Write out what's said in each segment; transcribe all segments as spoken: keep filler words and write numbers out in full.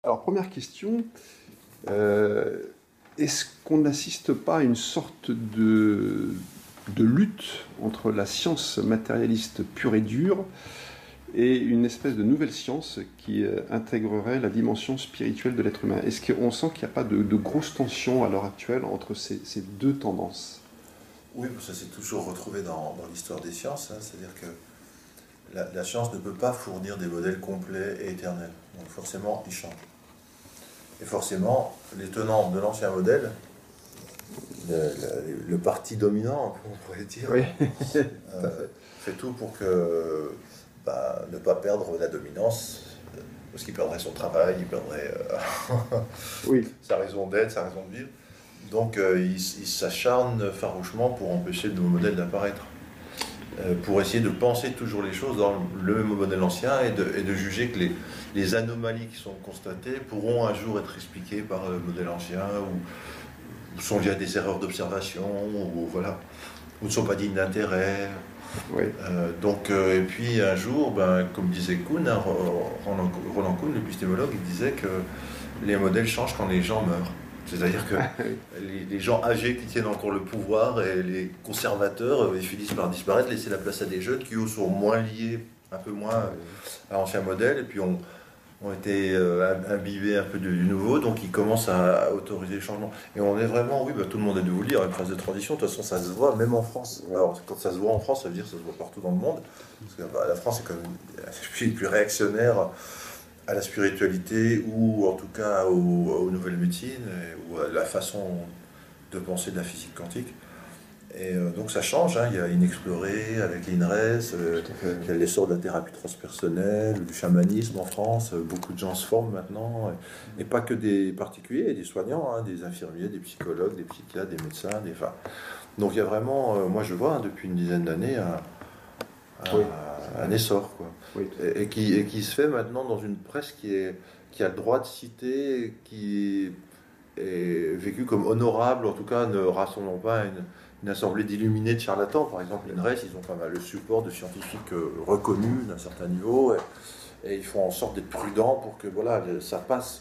Alors, première question, euh, est-ce qu'on n'assiste pas à une sorte de, de lutte entre la science matérialiste pure et dure et une espèce de nouvelle science qui euh, intégrerait la dimension spirituelle de l'être humain? Est-ce qu'on sent qu'il n'y a pas de, de grosses tensions à l'heure actuelle entre ces, ces deux tendances? Oui, ça s'est toujours retrouvé dans, dans l'histoire des sciences, hein, c'est-à-dire que la, la science ne peut pas fournir des modèles complets et éternels. Donc forcément, ils changent. Et forcément, les tenants de l'ancien modèle, le, le, le parti dominant, on pourrait dire, oui. euh, fait tout pour que bah, ne pas perdre la dominance, parce qu'il perdrait son travail, il perdrait euh, oui. sa raison d'être, sa raison de vivre. Donc euh, il, il s'acharne farouchement pour empêcher le nouveau modèle d'apparaître, euh, pour essayer de penser toujours les choses dans le même modèle ancien et de, et de juger que les, les anomalies qui sont constatées pourront un jour être expliquées par le modèle ancien, ou, ou sont liées à des erreurs d'observation, ou, voilà, ou ne sont pas dignes d'intérêt. Oui. Euh, donc, euh, et puis un jour, ben, comme disait Kuhn, hein, Roland, Roland Kuhn, l'épistémologue, il disait que les modèles changent quand les gens meurent. C'est-à-dire que les, les gens âgés qui tiennent encore le pouvoir et les conservateurs, ils finissent par disparaître, laisser la place à des jeunes qui, eux, sont moins liés, un peu moins à l'ancien modèle, et puis ont, ont été euh, imbibés un peu du, du nouveau, donc ils commencent à, à autoriser les changements. Et on est vraiment, oui, bah, tout le monde est de vous le dire, une phase de transition, de toute façon ça se voit, même en France. Alors quand ça se voit en France, ça veut dire que ça se voit partout dans le monde, parce que bah, la France est quand même plus, plus réactionnaire à la spiritualité, ou en tout cas aux, aux nouvelles médecines, ou à la façon de penser de la physique quantique. Et euh, donc ça change, hein. Il y a Inexploré avec l'I N R E S, euh, il y a l'essor de la thérapie transpersonnelle, du chamanisme en France, euh, beaucoup de gens se forment maintenant, et, et pas que des particuliers, des soignants, hein, des infirmiers, des psychologues, des psychiatres, des médecins, des, enfin, donc il y a vraiment, euh, moi je vois, hein, depuis une dizaine d'années, un, un, oui. un essor, quoi. Oui. Et, et, qui, et qui se fait maintenant dans une presse qui, est, qui a le droit de citer, qui est vécue comme honorable, en tout cas ne rassemblant pas une, une assemblée d'illuminés de charlatans. Par exemple, l'I N R E S, ils ont pas mal le support de scientifiques euh, reconnus d'un certain niveau, et, et ils font en sorte d'être prudents pour que voilà, ça passe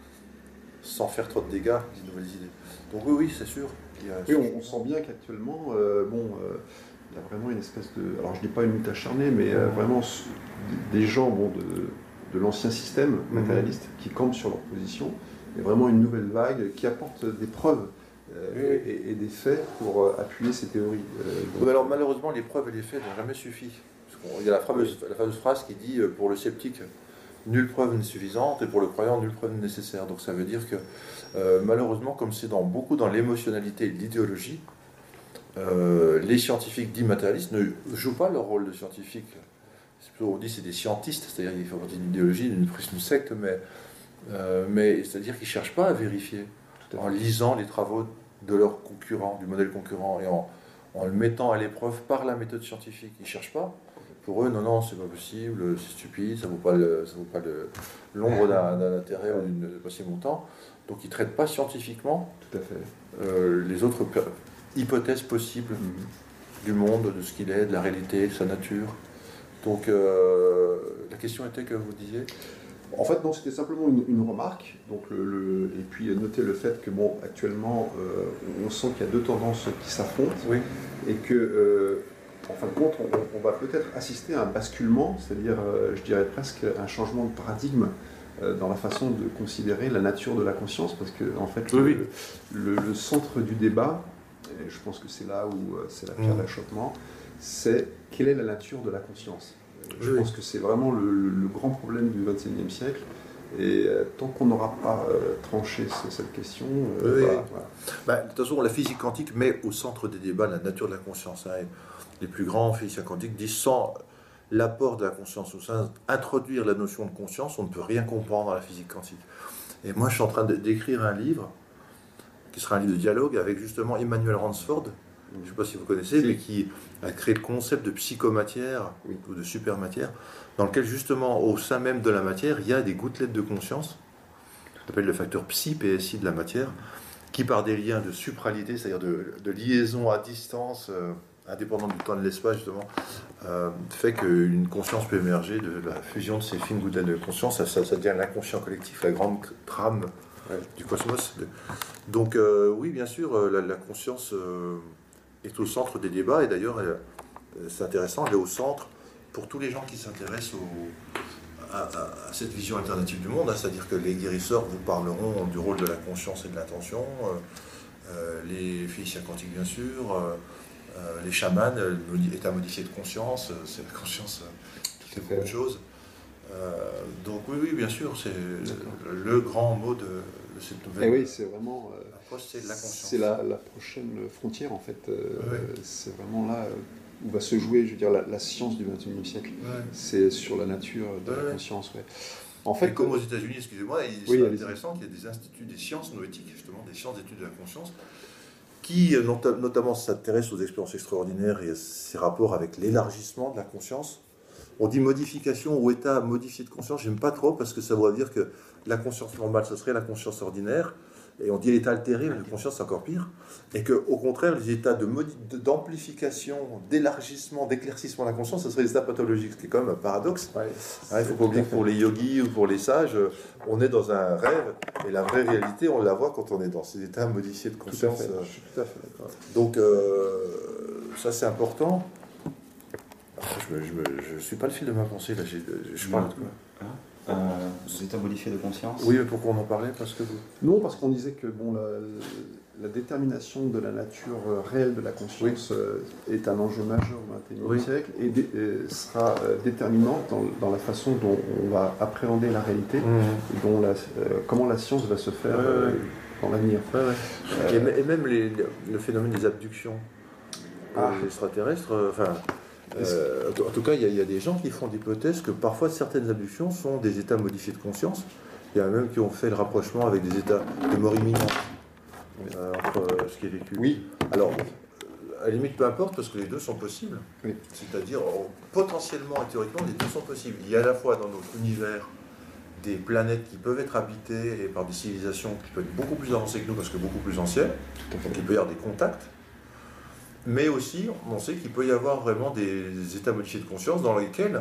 sans faire trop de dégâts, des nouvelles idées. Donc oui, oui, c'est sûr. Il y a... Oui, on, on sent bien qu'actuellement, euh, bon... Euh... il y a vraiment une espèce de... Alors je ne dis pas une lutte acharnée, mais euh, vraiment des gens bon, de, de l'ancien système matérialiste mmh. qui campent sur leur position, et vraiment une nouvelle vague qui apporte des preuves euh, oui. et, et des faits pour euh, appuyer ces théories. Euh, donc... oui, alors malheureusement, les preuves et les faits n'ont jamais suffi. Il y a la fameuse, la fameuse phrase qui dit euh, pour le sceptique, nulle preuve n'est suffisante, et pour le croyant, nulle preuve n'est nécessaire. Donc ça veut dire que euh, malheureusement, comme c'est dans, beaucoup dans l'émotionnalité et l'idéologie, Euh, les scientifiques dits matérialistes ne jouent pas leur rôle de scientifique. C'est plutôt, on dit c'est des scientistes, c'est-à-dire qu'ils font partie d'une idéologie, d'une une secte, mais, euh, mais c'est-à-dire qu'ils ne cherchent pas à vérifier en lisant les travaux de leurs concurrents, du modèle concurrent, et en, en le mettant à l'épreuve par la méthode scientifique. Ils ne cherchent pas. Pour eux, non, non, c'est pas possible, c'est stupide, ça ne vaut pas, le, ça vaut pas le, l'ombre d'un, d'un intérêt ou d'une passé montant. Donc ils ne traitent pas scientifiquement Tout à fait. Euh, les autres hypothèses possibles mmh. du monde, de ce qu'il est, de la réalité, de sa nature. Donc, euh, la question était que vous disiez ? En fait, non, c'était simplement une, une remarque. Donc, le, le, et puis noter le fait que, bon, actuellement, euh, on sent qu'il y a deux tendances qui s'affrontent. Oui. Et que, euh, en fin de compte, on, on va peut-être assister à un basculement, c'est-à-dire, euh, je dirais presque un changement de paradigme euh, dans la façon de considérer la nature de la conscience, parce que, en fait, oui, le, oui. Le, le centre du débat, et je pense que c'est là où euh, c'est la pierre mmh. d'achoppement, c'est quelle est la nature de la conscience. Je oui. pense que c'est vraiment le, le, le grand problème du vingt et unième siècle. Et euh, tant qu'on n'aura pas euh, tranché ce, cette question... Euh, oui. voilà, voilà. Bah, de toute façon, la physique quantique met au centre des débats la nature de la conscience. Hein, les plus grands physiciens quantiques disent sans l'apport de la conscience, au sein introduire la notion de conscience, on ne peut rien comprendre à la physique quantique. Et moi, je suis en train de, d'écrire un livre qui sera un livre de dialogue avec justement Emmanuel Ransford, je ne sais pas si vous connaissez, mais qui a créé le concept de psychomatière oui. ou de supermatière, dans lequel justement au sein même de la matière, il y a des gouttelettes de conscience, ça s'appelle le facteur psi, P S I de la matière, qui par des liens de supralité, c'est-à-dire de, de liaison à distance, euh, indépendante du temps et de l'espace, justement, euh, fait qu'une conscience peut émerger de la fusion de ces fines gouttelettes de conscience. Ça, ça, ça devient l'inconscient collectif, la grande trame ouais. du cosmos. Donc, euh, oui, bien sûr, la, la conscience euh, est au centre des débats, et d'ailleurs, c'est intéressant, elle est au centre pour tous les gens qui s'intéressent au, à, à, à cette vision alternative du monde, hein, c'est-à-dire que les guérisseurs vous parleront du rôle de la conscience et de l'attention, euh, euh, les physiciens quantiques, bien sûr. Euh, Euh, les chamans, euh, état modifié de conscience, euh, c'est la conscience euh, qui fait beaucoup de choses. Euh, donc oui, oui, bien sûr, c'est le, le grand mot de, de cette nouvelle. Et oui, c'est vraiment. Euh, approche, c'est la conscience. C'est la, la prochaine frontière en fait. Euh, oui. C'est vraiment là où va se jouer, je veux dire, la, la science du vingt et unième siècle. Oui. C'est sur la nature de oui. la conscience. Ouais. En fait, et comme aux États-Unis, excusez-moi, c'est oui, intéressant qu'il y ait des instituts des sciences noétiques, justement, des sciences d'études de la conscience, qui notamment s'intéresse aux expériences extraordinaires et à ses rapports avec l'élargissement de la conscience. On dit modification ou état modifié de conscience, j'aime pas trop parce que ça voudrait dire que la conscience normale, ce serait la conscience ordinaire, et on dit l'état altéré, mais la conscience c'est encore pire, et qu'au contraire, les états de d'amplification, d'élargissement, d'éclaircissement de la conscience, ce serait des états pathologiques, ce qui est quand même un paradoxe. Ouais, hein, il faut pas oublier que pour les yogis ou pour les sages, on est dans un rêve, et la vraie réalité, on la voit quand on est dans ces états modifiés de conscience. Tout à fait, je suis tout à fait d'accord. Donc, euh, ça c'est important. Je ne suis pas le fil de ma pensée, là, je, je parle de quoi hein euh, Des états modifiés de conscience. Oui, mais pourquoi on en parlait parce que... Non, parce qu'on disait que bon, la, la détermination de la nature réelle de la conscience oui. est un enjeu majeur au vingt et unième oui. siècle et, dé, et sera déterminante dans, dans la façon dont on va appréhender la réalité, mmh. et dont la, euh, comment la science va se faire ouais, euh, ouais. dans l'avenir. Ouais, ouais. euh, et, et même les, le phénomène des abductions ah. euh, extraterrestres, enfin... Euh, en tout cas, il y, y a des gens qui font l'hypothèse que parfois certaines abductions sont des états modifiés de conscience. Il y en a même qui ont fait le rapprochement avec des états de mort imminente euh, entre euh, ce qui est vécu. Oui. Alors, à la limite, peu importe, parce que les deux sont possibles. Oui. C'est-à-dire, potentiellement et théoriquement, les deux sont possibles. Il y a à la fois dans notre univers des planètes qui peuvent être habitées et par des civilisations qui peuvent être beaucoup plus avancées que nous, parce que beaucoup plus anciennes. Donc il peut y avoir des contacts. Mais aussi, on sait qu'il peut y avoir vraiment des états modifiés de conscience dans lesquels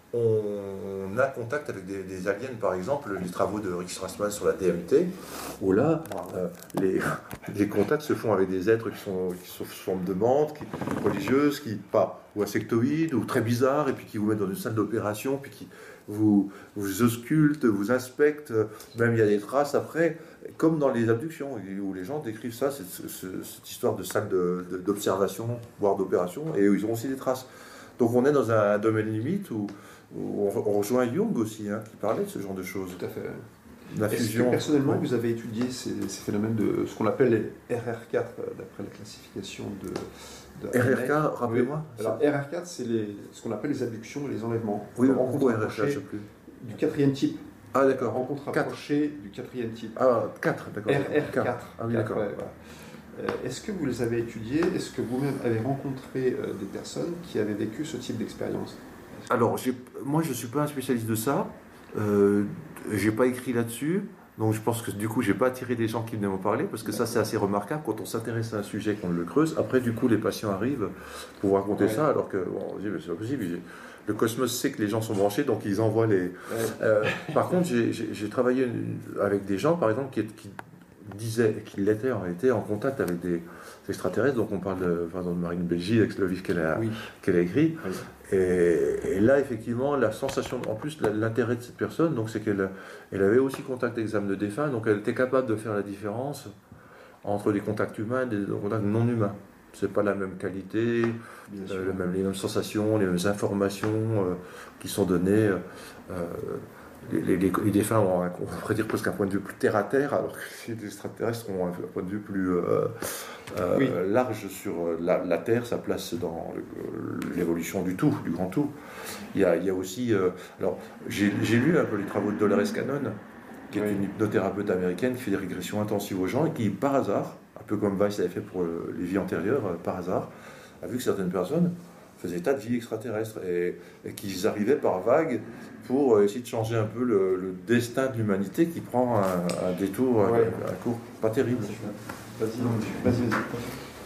on a contact avec des, des aliens, par exemple, les travaux de Rick Strassman sur la D M T, où là, euh, les, les contacts se font avec des êtres qui sont, qui sont sous forme de menthes, qui, religieuses, qui, pas, ou insectoïdes, ou très bizarres, et puis qui vous mettent dans une salle d'opération, puis qui vous, vous auscultent, vous inspectent, même il y a des traces après, comme dans les abductions, où les gens décrivent ça, cette, cette, cette histoire de salle de, de, d'observation, voire d'opération, et où ils ont aussi des traces. Donc on est dans un domaine limite où, où on rejoint Jung aussi, hein, qui parlait de ce genre de choses. Tout à fait. La Est-ce fusion. que personnellement, ouais. vous avez étudié ces, ces phénomènes de ce qu'on appelle les R R quatre, d'après la classification de... de R R quatre, rappelez-moi. Oui. Alors R R quatre, c'est les, ce qu'on appelle les abductions et les enlèvements. Oui, rencontre R R quatre, je sais plus. Du quatrième type. Ah d'accord. Rencontre rapprochée du quatrième type. Ah, quatre, d'accord. R R quatre. Ah oui, d'accord. Ouais, voilà. euh, Est-ce que vous les avez étudiés? Est-ce que vous-même avez rencontré euh, des personnes qui avaient vécu ce type d'expérience? Alors, moi, je ne suis pas un spécialiste de ça. Euh, j'ai pas écrit là-dessus. Donc, je pense que du coup, j'ai pas attiré des gens qui venaient m'en parler, parce que ça, c'est assez remarquable quand on s'intéresse à un sujet, qu'on le creuse. Après, du coup, les patients arrivent pour vous raconter ouais. ça, alors que bon, on dit, mais c'est pas possible. Le cosmos sait que les gens sont branchés, donc ils envoient les. Ouais. Euh, par contre, j'ai, j'ai, j'ai travaillé avec des gens, par exemple, qui, qui disaient, qui l'étaient en réalité en contact avec des extraterrestres. Donc, on parle de, par exemple, de Marine Belgy, avec le livre qu'elle a, oui. qu'elle a écrit. Oui. Et, et là, effectivement, la sensation, en plus, l'intérêt de cette personne, donc, c'est qu'elle elle avait aussi contact avec des âmes de défunts, donc elle était capable de faire la différence entre des contacts humains et des contacts non humains. C'est pas la même qualité, euh, le même, les mêmes sensations, les mêmes informations euh, qui sont données. Euh, les, les, les défunts ont, un, on pourrait dire presque un point de vue plus terre à terre, alors que les extraterrestres ont un, un point de vue plus euh, euh, oui. large sur la, la Terre, sa place dans le, l'évolution du tout, du grand tout. Il y a, il y a aussi, euh, alors j'ai, j'ai lu un peu les travaux de Dolores Cannon, qui est oui. une hypnothérapeute américaine qui fait des régressions intensives aux gens et qui, par hasard, un peu comme Weiss avait fait pour les vies antérieures, par hasard, a vu que certaines personnes faisaient état de vie extraterrestre et, et qu'ils arrivaient par vagues pour essayer de changer un peu le, le destin de l'humanité qui prend un, un détour, ouais. un, un cours pas terrible. Vas-y, vas-y, vas-y.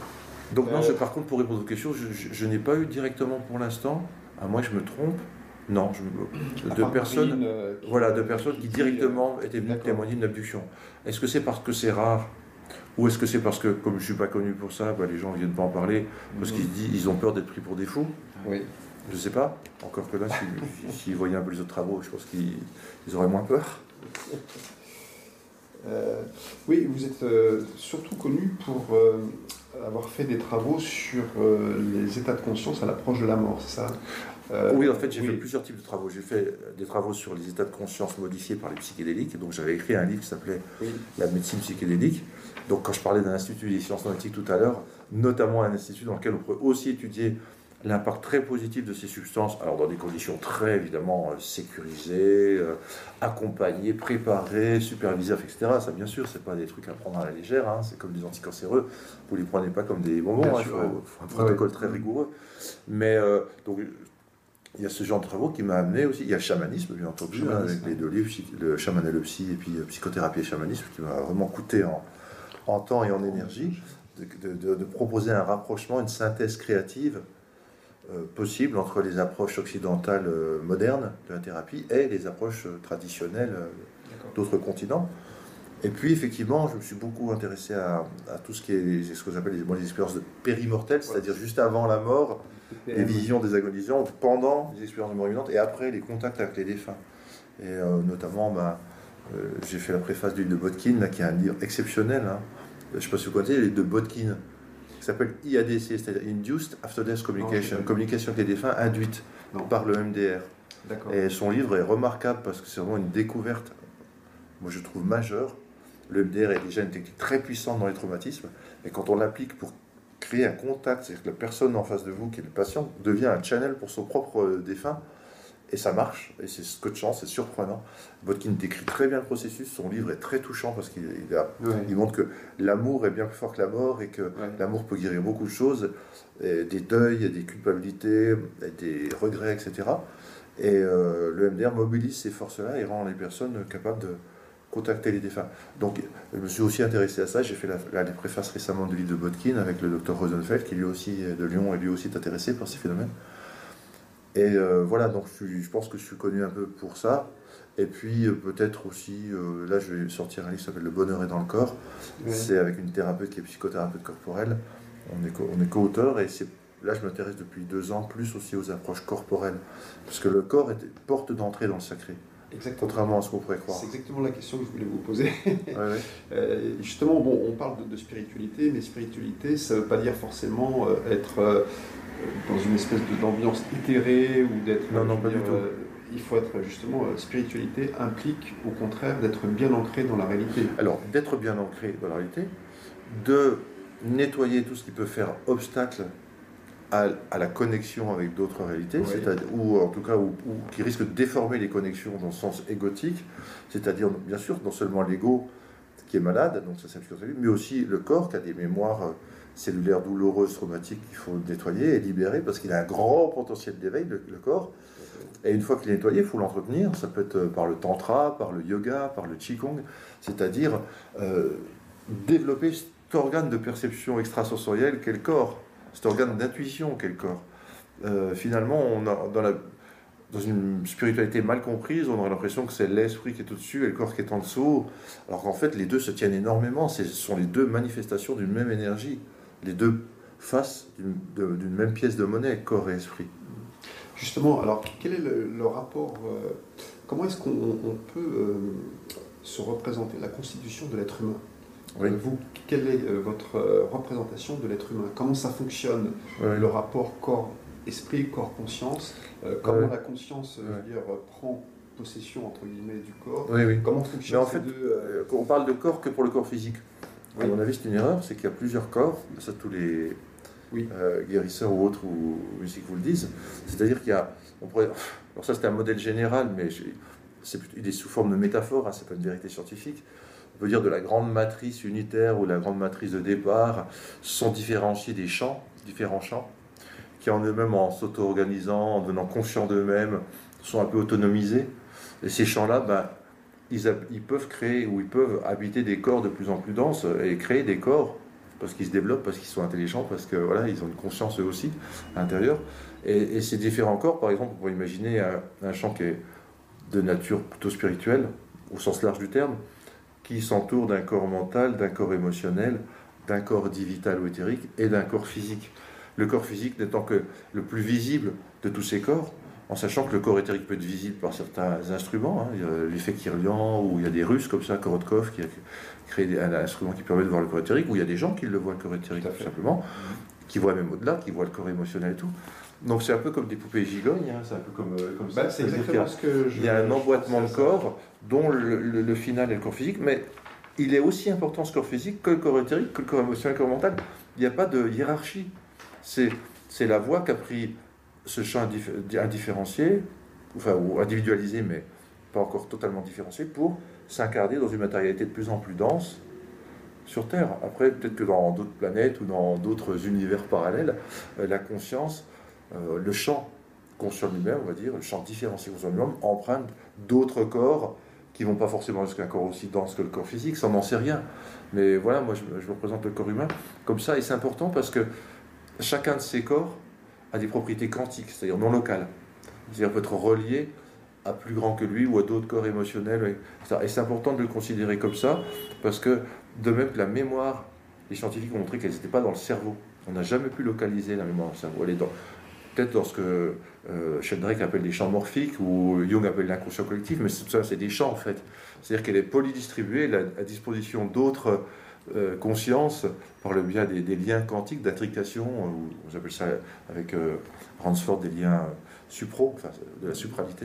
Donc Euh, non, je, par contre, pour répondre aux questions, je, je- je n'ai pas eu directement pour l'instant, à moins que je me trompe, non, je, à de part personnes, Marine, euh, qui, voilà, de euh, personnes qui, dit, directement euh, étaient venues d'accord. témoigner d'une abduction. Est-ce que c'est parce que c'est rare, ou est-ce que c'est parce que, comme je ne suis pas connu pour ça, bah, les gens ne viennent pas en parler, parce Mhm. qu'ils se disent, ils ont peur d'être pris pour des fous? Oui. Je ne sais pas. Encore que là, s'ils s'ils voyaient un peu les autres travaux, je pense qu'ils ils auraient moins peur. Euh, oui, vous êtes euh, surtout connu pour euh, avoir fait des travaux sur euh, les états de conscience à l'approche de la mort, c'est ça? Euh, Oui, en fait, j'ai oui. fait plusieurs types de travaux. J'ai fait des travaux sur les états de conscience modifiés par les psychédéliques. Donc, j'avais écrit un livre qui s'appelait Oui. La médecine psychédélique. Donc, quand je parlais d'un institut des sciences noétiques tout à l'heure, notamment un institut dans lequel on pourrait aussi étudier l'impact très positif de ces substances, alors dans des conditions très évidemment euh, sécurisées, euh, accompagnées, préparées, supervisées, et cetera. Ça, bien sûr, c'est pas des trucs à prendre à la légère. Hein. C'est comme des anticancéreux. Vous les prenez pas comme des bonbons. Bien Hein. Il sûr, faut, ouais. faut un protocole Ouais. très rigoureux. Mais euh, donc il y a ce genre de travaux qui m'a amené aussi. Il y a le chamanisme, bien entendu, hein, Chamanisme, avec les ouais. deux livres, le chaman et le psy, et puis euh, psychothérapie et chamanisme, qui m'a vraiment coûté en, en temps et en énergie, de, de- de proposer un rapprochement, une synthèse créative euh, possible entre les approches occidentales euh, modernes de la thérapie et les approches euh, traditionnelles euh, D'accord. d'autres continents. Et puis, effectivement, je me suis beaucoup intéressé à, à tout ce qui est les- ce que j'appelle les, moi, les expériences de périmortelles, c'est-à-dire juste avant la mort, les visions des agonisants, pendant les expériences de mort imminente et après les contacts avec les défunts. Et euh, notamment, bah, euh, j'ai fait la préface du livre de Botkin, là, qui est un livre exceptionnel. Hein. Je ne sais pas si vous connaissez, le livre de Botkin, qui s'appelle I A D C, c'est-à-dire Induced After Death Communication, Non, communication avec les défunts induite Non. par le M D R. D'accord. Et son livre est remarquable parce que c'est vraiment une découverte, moi je trouve majeure. Le M D R est déjà une technique très puissante dans les traumatismes, et quand on l'applique pour créer un contact, c'est-à-dire que la personne en face de vous, qui est le patient, devient un channel pour son propre euh, défunt, et ça marche, et c'est scotchant, c'est surprenant. Botkin décrit très bien le processus, son livre est très touchant parce qu'il il a- Ouais. il montre que l'amour est bien plus fort que la mort, et que Ouais. l'amour peut guérir beaucoup de choses, et des deuils, des culpabilités, et des regrets, et cetera. Et euh, le M D R mobilise ces forces-là et rend les personnes capables de contacter les défunts. Donc, je me suis aussi intéressé à ça. J'ai fait la, la les préfaces récemment du livre de Botkin avec le docteur Rosenfeld, qui lui aussi est de Lyon et lui aussi est intéressé par ces phénomènes. Et euh, voilà, donc je, suis- je pense que je suis connu un peu pour ça. Et puis euh, peut-être aussi, euh, là je vais sortir un livre qui s'appelle Le bonheur est dans le corps. Ouais. C'est avec une thérapeute qui est psychothérapeute corporelle. On est, co- on est co-auteur, et c'est, là je m'intéresse depuis deux ans plus aussi aux approches corporelles. Parce que le corps est porte d'entrée dans le sacré, Exactement. contrairement à ce qu'on pourrait croire. C'est exactement la question que je voulais vous poser. Ouais, ouais. Euh, justement, bon, on parle de, de spiritualité, mais spiritualité, ça ne veut pas dire forcément euh, être euh, dans une espèce de- d'ambiance itérée ou d'être. Non, non, je pas veux du dire, tout. euh, il faut être justement. euh, spiritualité implique au contraire d'être bien ancré dans la réalité. Alors, d'être bien ancré dans la réalité, de nettoyer tout ce qui peut faire obstacle à, à la connexion avec d'autres réalités, Oui. c'est-à-dire, ou en tout cas ou, ou qui risque de déformer les connexions dans le sens égotique, c'est-à-dire bien sûr non seulement l'ego qui est malade, donc ça c'est la psychothérapie, mais aussi le corps qui a des mémoires euh, cellulaires douloureuses, traumatiques qu'il faut nettoyer et libérer parce qu'il a un grand potentiel d'éveil, le, le corps. Et une fois qu'il est nettoyé, il faut l'entretenir. Ça peut être par le tantra, par le yoga, par le qigong, c'est-à-dire euh, développer cet organe de perception extrasensorielle qu'est le corps, cet organe d'intuition qu'est le corps. Euh, finalement, on a, dans, la, dans une spiritualité mal comprise, on aurait l'impression que c'est l'esprit qui est au-dessus et le corps qui est en dessous, alors qu'en fait, les deux se tiennent énormément. Ce sont les deux manifestations d'une même énergie, les deux faces d'une, de, d'une même pièce de monnaie, corps et esprit. Justement, alors quel est le, le rapport euh, comment est-ce qu'on on peut euh, se représenter la constitution de l'être humain? Oui. Euh, Vous, quelle est euh, votre euh, représentation de l'être humain? Comment ça fonctionne, Ouais. le rapport corps-esprit, corps-conscience? euh, Comment Ouais. la conscience, euh, je veux dire, euh, prend possession entre guillemets du corps? Oui, oui. Comment Mais fonctionnent en ces fait, deux euh, euh, on parle de corps que pour le corps physique. Oui. À mon avis, c'est une erreur, c'est qu'il y a plusieurs corps, ça tous les Oui. euh, guérisseurs ou autres ou musiques vous le disent. C'est-à-dire qu'il y a, on pourrait, alors ça c'est un modèle général, mais j'ai- c'est plutôt, il est sous forme de métaphore, hein, c'est pas une vérité scientifique. On peut dire de la grande matrice unitaire ou la grande matrice de départ sont différenciés des champs, différents champs, qui en eux-mêmes, en s'auto-organisant, en devenant conscients d'eux-mêmes, sont un peu autonomisés. Et ces champs-là, ben, ils, hab- ils peuvent créer ou ils peuvent habiter des corps de plus en plus denses et créer des corps parce qu'ils se développent, parce qu'ils sont intelligents, parce que voilà, ils ont une conscience eux aussi à l'intérieur. Et, et ces différents corps, par exemple, on pourrait imaginer un, un champ qui est de nature plutôt spirituelle, au sens large du terme, qui s'entoure d'un corps mental, d'un corps émotionnel, d'un corps dit vital ou éthérique et d'un corps physique. Le corps physique n'étant que le plus visible de tous ces corps, en sachant que le corps éthérique peut être visible par certains instruments. Hein. Il y a l'effet Kirlian, ou il y a des Russes comme ça, Korotkov, qui a créé un instrument qui permet de voir le corps éthérique, ou il y a des gens qui le voient, le corps éthérique, tout, tout simplement, qui voient même au-delà, qui voient le corps émotionnel et tout. Donc c'est un peu comme des poupées gigognes, hein. C'est un peu comme, comme bah, ça. C'est exactement ce que je... Il y a un emboîtement de corps, dont le, le, le final est le corps physique, mais il est aussi important ce corps physique que le corps éthérique, que le corps émotionnel, que le corps mental. Il n'y a pas de hiérarchie. C'est, c'est la voie qu'a pris ce champ indifférencié, enfin, ou individualisé, mais pas encore totalement différencié, pour s'incarner dans une matérialité de plus en plus dense sur Terre. Après, peut-être que dans d'autres planètes ou dans d'autres univers parallèles, euh, la conscience, euh, le champ conscient lui-même, on va dire, le champ différencié conscient lui-même, emprunte d'autres corps qui ne vont pas forcément jusqu'à un corps aussi dense que le corps physique, ça on n'en sait rien. Mais voilà, moi je, je représente le corps humain comme ça, et c'est important parce que chacun de ces corps a des propriétés quantiques, c'est-à-dire non locales. C'est-à-dire peut être relié à plus grand que lui ou à d'autres corps émotionnels, et cetera. Et c'est important de le considérer comme ça, parce que de même que la mémoire, les scientifiques ont montré qu'elle n'était pas dans le cerveau. On n'a jamais pu localiser la mémoire dans le cerveau. Elle est dans, peut-être dans ce que euh, Sheldrake appelle des champs morphiques, ou Jung appelle l'inconscient collectif, mais tout ça, c'est des champs en fait. C'est-à-dire qu'elle est polydistribuée, elle est à disposition d'autres euh, consciences, par le biais des, des liens quantiques d'intrication, ou on appelle ça avec euh, Ransford des liens supro, enfin de la supralité.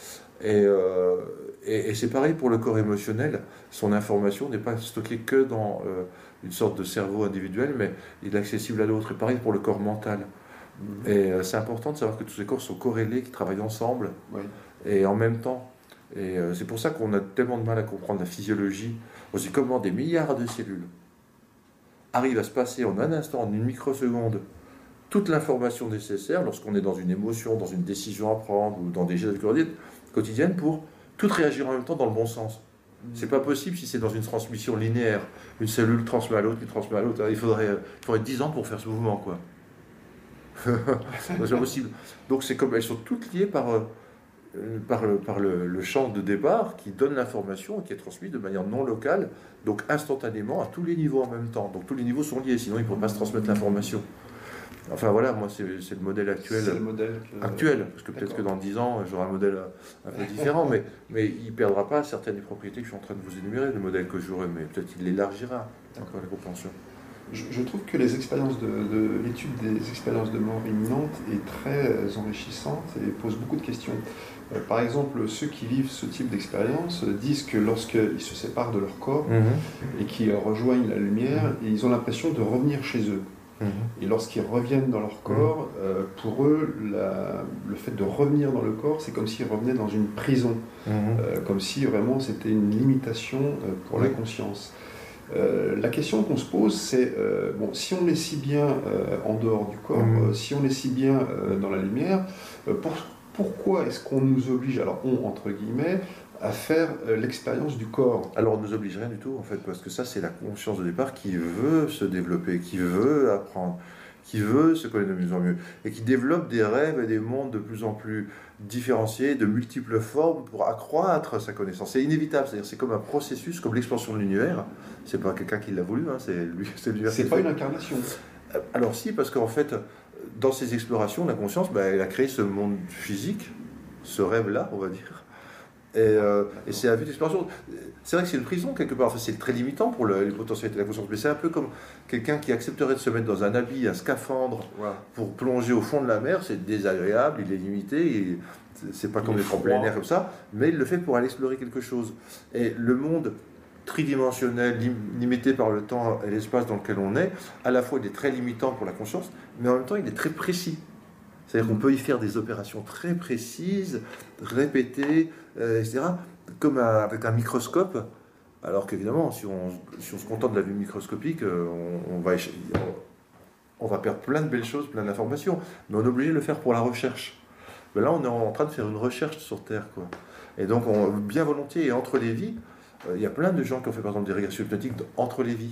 Et, euh, et, et c'est pareil pour le corps émotionnel, son information n'est pas stockée que dans euh, une sorte de cerveau individuel, mais il est accessible à l'autre. Et pareil pour le corps mental. Mmh. Et euh, c'est important de savoir que tous ces corps sont corrélés, qu'ils travaillent ensemble, oui. Et en même temps. Et euh, c'est pour ça qu'on a tellement de mal à comprendre la physiologie. On se dit comment des milliards de cellules arrivent à se passer en un instant, en une microseconde, toute l'information nécessaire lorsqu'on est dans une émotion, dans une décision à prendre, ou dans des gestes quotidiennes, pour tout réagir en même temps dans le bon sens. Mmh. C'est pas possible si c'est dans une transmission linéaire. Une cellule transmet à l'autre, qui transmet à l'autre. Il faudrait, il faudrait dix ans pour faire ce mouvement, quoi. C'est pas possible. Donc c'est comme elles sont toutes liées par, euh, par, le, par le, le champ de départ qui donne l'information et qui est transmise de manière non locale, donc instantanément à tous les niveaux en même temps. Donc tous les niveaux sont liés, sinon ils ne pourraient pas se transmettre l'information. Enfin voilà, moi c'est, c'est le modèle actuel. C'est le modèle que... actuel, parce que peut-être que dans dix ans j'aurai un modèle un peu différent, mais, mais il ne perdra pas certaines des propriétés que je suis en train de vous énumérer, le modèle que j'aurai, mais peut-être il l'élargira, encore la compréhension. Je, je trouve que les expériences de, de l'étude des expériences de mort imminente est très enrichissante et pose beaucoup de questions. Euh, par exemple, ceux qui vivent ce type d'expérience disent que lorsqu'ils se séparent de leur corps mmh. et qu'ils rejoignent la lumière, mmh. ils ont l'impression de revenir chez eux. Mmh. Et lorsqu'ils reviennent dans leur corps, mmh. euh, pour eux, la, le fait de revenir dans le corps, c'est comme s'ils revenaient dans une prison, mmh. euh, comme si vraiment c'était une limitation euh, pour mmh. la conscience. Euh, la question qu'on se pose, c'est, euh, bon, si on est si bien euh, en dehors du corps, mmh. euh, si on est si bien euh, dans la lumière, euh, pour, pourquoi est-ce qu'on nous oblige, alors on, entre guillemets, à faire euh, l'expérience du corps? Alors on ne nous oblige rien du tout, en fait, parce que ça, c'est la conscience de départ qui veut se développer, qui veut apprendre, qui veut se connaître de mieux en mieux, et qui développe des rêves et des mondes de plus en plus différenciés, de multiples formes, pour accroître sa connaissance. C'est inévitable, c'est-à-dire c'est comme un processus, comme l'expansion de l'univers. C'est pas quelqu'un qui l'a voulu, hein, c'est lui, c'est l'univers. C'est pas une incarnation. Alors si, parce qu'en fait, dans ces explorations, la conscience, bah, elle a créé ce monde physique, ce rêve-là, on va dire. Et, euh, et c'est à vue d'exploration. C'est vrai que c'est une prison quelque part, enfin, c'est très limitant pour le, les potentialités de la conscience, mais c'est un peu comme quelqu'un qui accepterait de se mettre dans un habit, un scaphandre, ouais. pour plonger au fond de la mer. C'est désagréable, il est limité, et c'est pas comme des tremblements comme ça, mais il le fait pour aller explorer quelque chose. Et le monde tridimensionnel, lim, limité par le temps et l'espace dans lequel on est, à la fois il est très limitant pour la conscience, mais en même temps il est très précis. C'est-à-dire qu'on peut y faire des opérations très précises, répétées, euh, et cetera, comme un, avec un microscope, alors qu'évidemment, si on, si on se contente de la vue microscopique, on, on, va, on va perdre plein de belles choses, plein d'informations, mais on est obligé de le faire pour la recherche. Mais là, on est en train de faire une recherche sur Terre, quoi. Et donc, on, bien volontiers, et entre les vies, il euh, y a plein de gens qui ont fait, par exemple, des régressions hypnotiques entre les vies.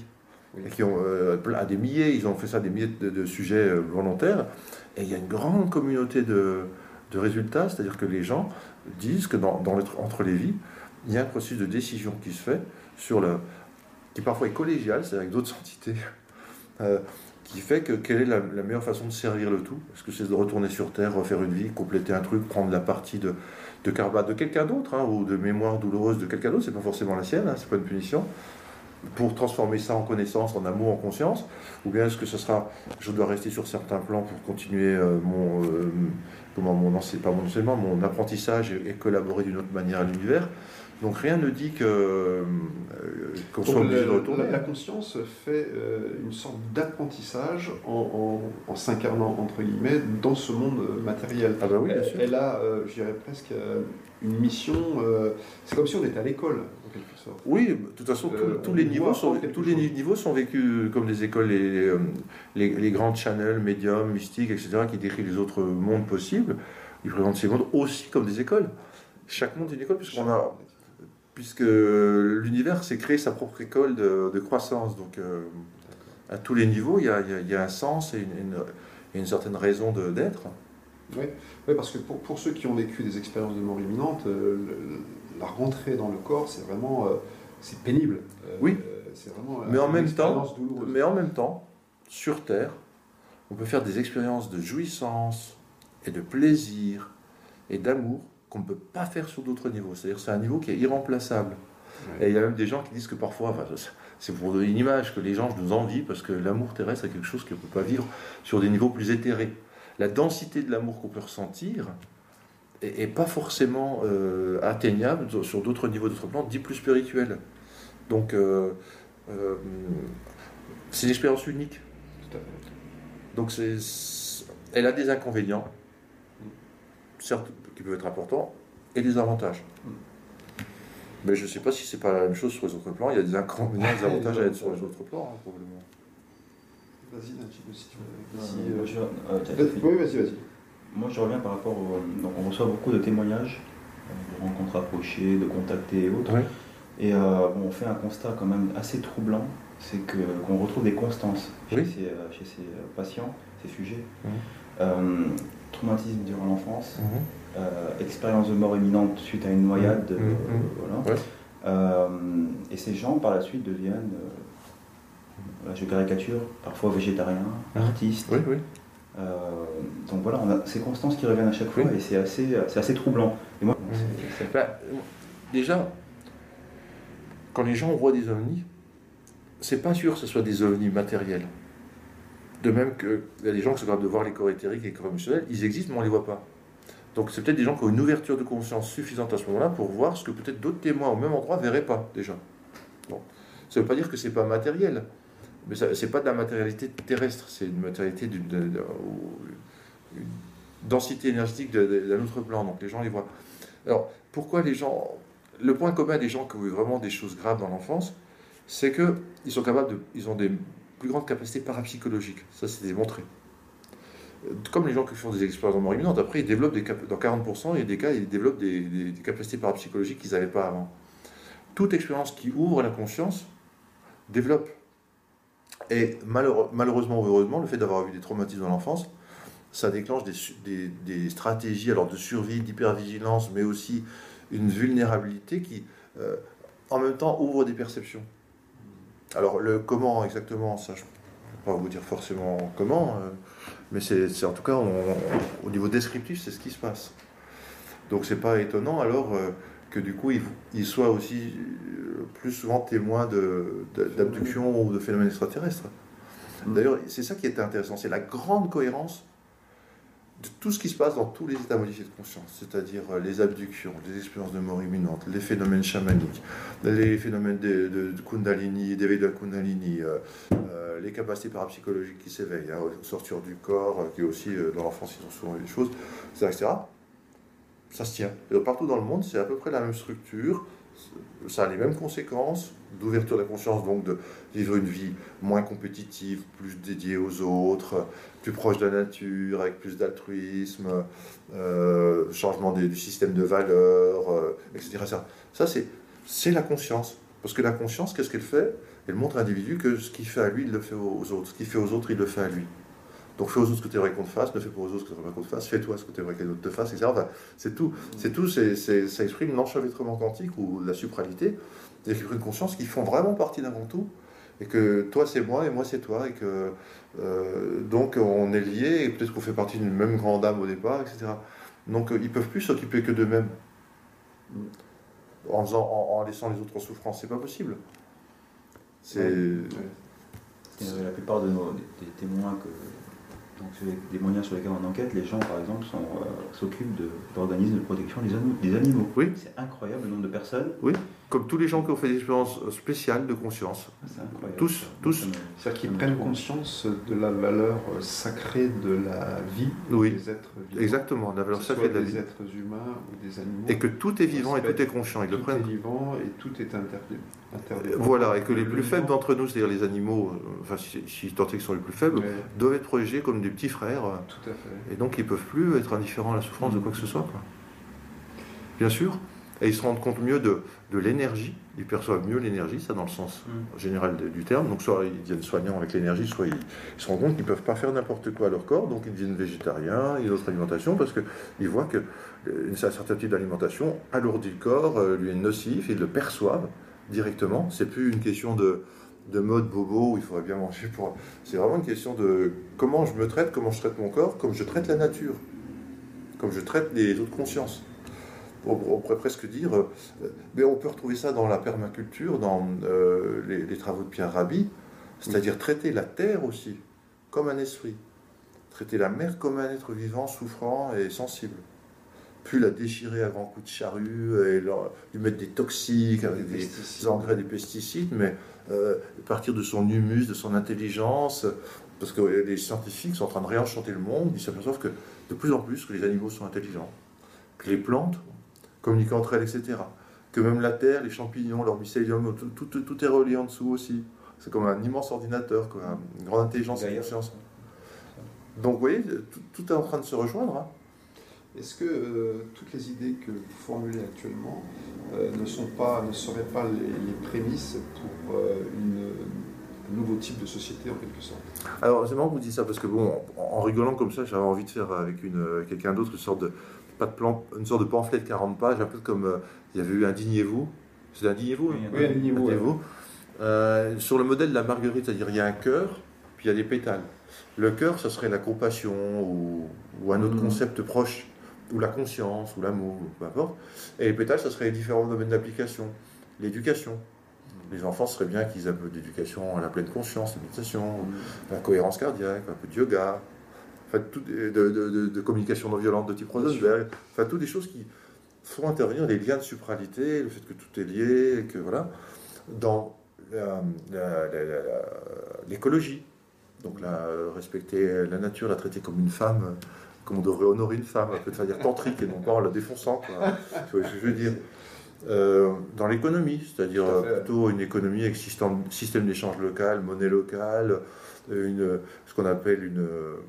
oui. et qui ont euh, à des milliers, ils ont fait ça à des milliers de, de sujets euh, volontaires, et il y a une grande communauté de, de résultats, c'est-à-dire que les gens disent que dans, dans le, entre les vies, il y a un processus de décision qui se fait, sur le, qui parfois est collégial, c'est avec d'autres entités, euh, qui fait que quelle est la, la meilleure façon de servir le tout. Est-ce que c'est de retourner sur Terre, refaire une vie, compléter un truc, prendre la partie de, de karma de quelqu'un d'autre, hein, ou de mémoire douloureuse de quelqu'un d'autre, c'est pas forcément la sienne, hein, c'est pas une punition, pour transformer ça en connaissance, en amour, en conscience, ou bien est-ce que ce sera, je dois rester sur certains plans pour continuer euh, mon, euh, comment mon, non, c'est pas mon enseignement, mon apprentissage et, et collaborer d'une autre manière à l'univers. Donc rien ne dit que, euh, qu'on soit obligé de retourner. La, la conscience fait euh, une sorte d'apprentissage en, en, en s'incarnant, entre guillemets, dans ce monde matériel. Ah bah oui, bien elle, sûr. Elle a, euh, je dirais presque, euh, une mission, euh, c'est comme si on était à l'école, en quelque sorte. Oui, de toute façon, euh, tous, tous, les niveaux sont, tous les niveaux sont vécus comme des écoles, les, les, les grandes channels, médiums, mystiques, et cetera, qui décrivent les autres mondes possibles. Ils présentent ces mondes aussi comme des écoles. Chaque monde est une école, puisqu'on a... puisque l'univers s'est créé sa propre école de, de croissance. Donc, euh, à tous les niveaux, il y a, il y a, il y a un sens et une, une, une certaine raison de, d'être. Oui, oui, parce que pour, pour ceux qui ont vécu des expériences de mort imminente, euh, le, la rentrée dans le corps, c'est vraiment euh, c'est pénible. Euh, oui, c'est vraiment mais, en même temps, douloureuse. mais en même temps, sur Terre, on peut faire des expériences de jouissance et de plaisir et d'amour qu'on ne peut pas faire sur d'autres niveaux. C'est-à-dire que c'est un niveau qui est irremplaçable. Ouais. Et il y a même des gens qui disent que parfois, enfin, c'est pour donner une image, que les gens nous envient parce que l'amour terrestre est quelque chose qu'on ne peut pas vivre sur des niveaux plus éthérés. La densité de l'amour qu'on peut ressentir n'est pas forcément euh, atteignable sur d'autres niveaux, d'autres plans, dits plus spirituels. Donc, euh, euh, c'est une expérience unique. Tout à fait. Donc, c'est, elle a des inconvénients, certes, qui peuvent être importants, et des avantages. Mm. Mais je ne sais pas si c'est pas la même chose sur les autres plans. Il y a des inconvénients, des avantages à être sur les autres plans, hein, probablement. Vas-y, un petit peu si tu veux. Si, euh, euh, je, euh, oui, vas-y, vas-y. Moi, je reviens par rapport au... Donc, on reçoit beaucoup de témoignages, de rencontres approchées, de contactés et autres. Oui. Et euh, bon, on fait un constat quand même assez troublant, c'est que, qu'on retrouve des constances chez, oui. ces, euh, chez ces patients, ces sujets. Oui. Euh, traumatisme durant l'enfance, oui. euh, expérience de mort imminente suite à une noyade, oui. euh, oui. voilà. Oui. Euh, et ces gens, par la suite, deviennent, euh, je caricature, parfois végétariens, oui. artistes. Oui, oui. Euh, donc voilà, on a ces constances qui reviennent à chaque fois, oui. et c'est assez, c'est assez troublant. Et moi, oui. c'est, c'est... Bah, déjà, quand les gens voient des ovnis, c'est pas sûr que ce soit des ovnis matériels. De même qu'il y a des gens qui sont capables de voir les corps éthériques et les corps émotionnels, ils existent mais on ne les voit pas. Donc c'est peut-être des gens qui ont une ouverture de conscience suffisante à ce moment-là pour voir ce que peut-être d'autres témoins au même endroit ne verraient pas déjà. Bon. Ça ne veut pas dire que ce n'est pas matériel, mais ce n'est pas de la matérialité terrestre, c'est une matérialité d'une, d'une, d'une densité énergétique d'un autre plan, donc les gens les voient. Alors pourquoi les gens... Le point commun des gens qui ont eu vraiment des choses graves dans l'enfance, c'est qu'ils sont capables de... Ils ont des plus grandes capacités parapsychologiques, ça c'est démontré. Comme les gens qui font des expériences de mort imminente, après ils développent des cap- dans quarante pour cent, il y a des cas, ils développent des, des, des capacités parapsychologiques qu'ils n'avaient pas avant. Toute expérience qui ouvre la conscience développe. Et malheureux, malheureusement ou heureusement, le fait d'avoir eu des traumatismes dans l'enfance, ça déclenche des, des, des stratégies alors de survie, d'hypervigilance, mais aussi une vulnérabilité qui, euh, en même temps, ouvre des perceptions. Alors, le comment exactement, ça, je ne peux pas vous dire forcément comment, euh, mais c'est, c'est en tout cas, on, on, au niveau descriptif, c'est ce qui se passe. Donc, c'est pas étonnant alors euh, que du coup, il, il soit aussi euh, plus souvent témoin de, de, d'abduction ou de phénomènes extraterrestres. D'ailleurs, c'est ça qui est intéressant, c'est la grande cohérence de tout ce qui se passe dans tous les états modifiés de conscience, c'est-à-dire les abductions, les expériences de mort imminente, les phénomènes chamaniques, les phénomènes de, de, de Kundalini, d'éveil de la Kundalini, euh, euh, les capacités parapsychologiques qui s'éveillent, hein, sortir du corps, euh, qui est aussi euh, dans l'enfance, ils ont souvent eu des choses, et cetera, et cetera. Ça se tient. Et partout dans le monde, c'est à peu près la même structure, ça a les mêmes conséquences d'ouverture de la conscience, donc de vivre une vie moins compétitive, plus dédiée aux autres, plus proche de la nature, avec plus d'altruisme, euh, changement des, du système de valeurs, euh, et cetera. Ça, ça c'est, c'est la conscience. Parce que la conscience, qu'est-ce qu'elle fait ? Et il montre à l'individu que ce qu'il fait à lui, il le fait aux autres. Ce qu'il fait aux autres, il le fait à lui. Donc fais aux autres ce que tu aimerais qu'on te fasse, ne fais pas aux autres ce que tu aimerais qu'on te fasse, fais-toi ce que tu aimerais que les autres te fassent, et cetera. Enfin, c'est tout, c'est tout c'est, c'est, ça exprime l'enchevêtrement quantique ou la supralité, c'est-à-dire une conscience qui font vraiment partie d'un grand tout, et que toi c'est moi et moi c'est toi, et que euh, donc on est liés, et peut-être qu'on fait partie d'une même grande âme au départ, et cetera. Donc euh, ils ne peuvent plus s'occuper que d'eux-mêmes, en, faisant, en, en laissant les autres en souffrance, c'est pas possible. C'est... Ouais. Ouais. La plupart de nos, des, des témoins que... Donc, sur les témoignages sur lesquels on enquête, les gens, par exemple, sont, euh, s'occupent de, d'organismes de protection des, anou- des animaux. Oui. C'est incroyable le nombre de personnes. Oui, comme tous les gens qui ont fait des expériences spéciales de conscience. C'est incroyable. Tous, tous. C'est-à-dire qu'ils prennent conscience de la valeur sacrée de la vie oui. des êtres vivants. Exactement, la valeur sacrée de la vie. Des êtres humains ou des animaux. Et que tout est vivant et tout est conscient. Ils tout le prennent. Tout est vivant et tout est interdit. interdit. Voilà, et que les plus faibles d'entre nous, c'est-à-dire les animaux, enfin si, si tant est qu'ils sont les plus faibles, ouais. doivent être protégés comme des petits frères. Tout à fait. Et donc ils ne peuvent plus être indifférents à la souffrance mmh. de quoi que ce soit. Quoi. Bien sûr. Et ils se rendent compte mieux de, de l'énergie, ils perçoivent mieux l'énergie, ça dans le sens mmh. général de, du terme. Donc soit ils deviennent soignants avec l'énergie, soit ils, ils se rendent compte qu'ils ne peuvent pas faire n'importe quoi à leur corps, donc ils deviennent végétariens, ils ont d'autres alimentations, parce qu'ils voient qu'un certain type d'alimentation alourdit le corps, lui est nocif, ils le perçoivent directement. C'est plus une question de, de mode bobo où il faudrait bien manger pour... C'est vraiment une question de comment je me traite, comment je traite mon corps, comme je traite la nature, comme je traite les autres consciences. On pourrait presque dire, mais on peut retrouver ça dans la permaculture, dans euh, les, les travaux de Pierre Rabhi, c'est-à-dire traiter la terre aussi comme un esprit, traiter la mer comme un être vivant, souffrant et sensible. Puis la déchirer à grands coups de charrue, et leur, lui mettre des toxiques, avec des, des engrais, des pesticides, mais euh, partir de son humus, de son intelligence, parce que les scientifiques sont en train de réenchanter le monde, ils s'aperçoivent que de plus en plus que les animaux sont intelligents, que les plantes communiquent entre elles, et cetera. Que même la terre, les champignons, leur mycélium, tout, tout, tout est relié en dessous aussi. C'est comme un immense ordinateur, quoi, une grande intelligence et conscience. Donc vous voyez, tout, tout est en train de se rejoindre. Hein. Est-ce que euh, toutes les idées que vous formulez actuellement euh, ne, sont pas, ne seraient pas les, les prémices pour euh, une, un nouveau type de société en quelque sorte? Alors c'est marrant que vous dites ça, parce que bon, en, en rigolant comme ça, j'avais envie de faire avec une, quelqu'un d'autre une sorte de, pas de plan, une sorte de pamphlet de quarante pages, un peu comme euh, il y avait eu Indignez-vous. C'est Indignez-vous, oui, hein oui, Indignez-vous. Indignez-vous. Ouais. Euh, sur le modèle de la marguerite, c'est-à-dire il y a un cœur, puis il y a des pétales. Le cœur, ça serait la compassion ou, ou un autre mmh. concept proche, ou la conscience, ou l'amour, ou peu importe. Et les pétales, ça serait les différents domaines d'application. L'éducation. Les enfants seraient bien qu'ils aient un peu d'éducation à la pleine conscience, la méditation, mmh. la cohérence cardiaque, un peu de yoga, enfin, tout, de, de, de, de communication non violente de type Rosenberg, enfin, toutes des choses qui font intervenir les liens de supralité, le fait que tout est lié, et que voilà, dans la, la, la, la, l'écologie. Donc, la, respecter la nature, la traiter comme une femme, comme on devrait honorer une femme, un peu de manière tantrique et non pas en la défonçant. Quoi. C'est ce que je veux dire. Euh, dans l'économie, c'est-à-dire plutôt une économie avec système, système d'échange local, monnaie locale, une, ce qu'on appelle une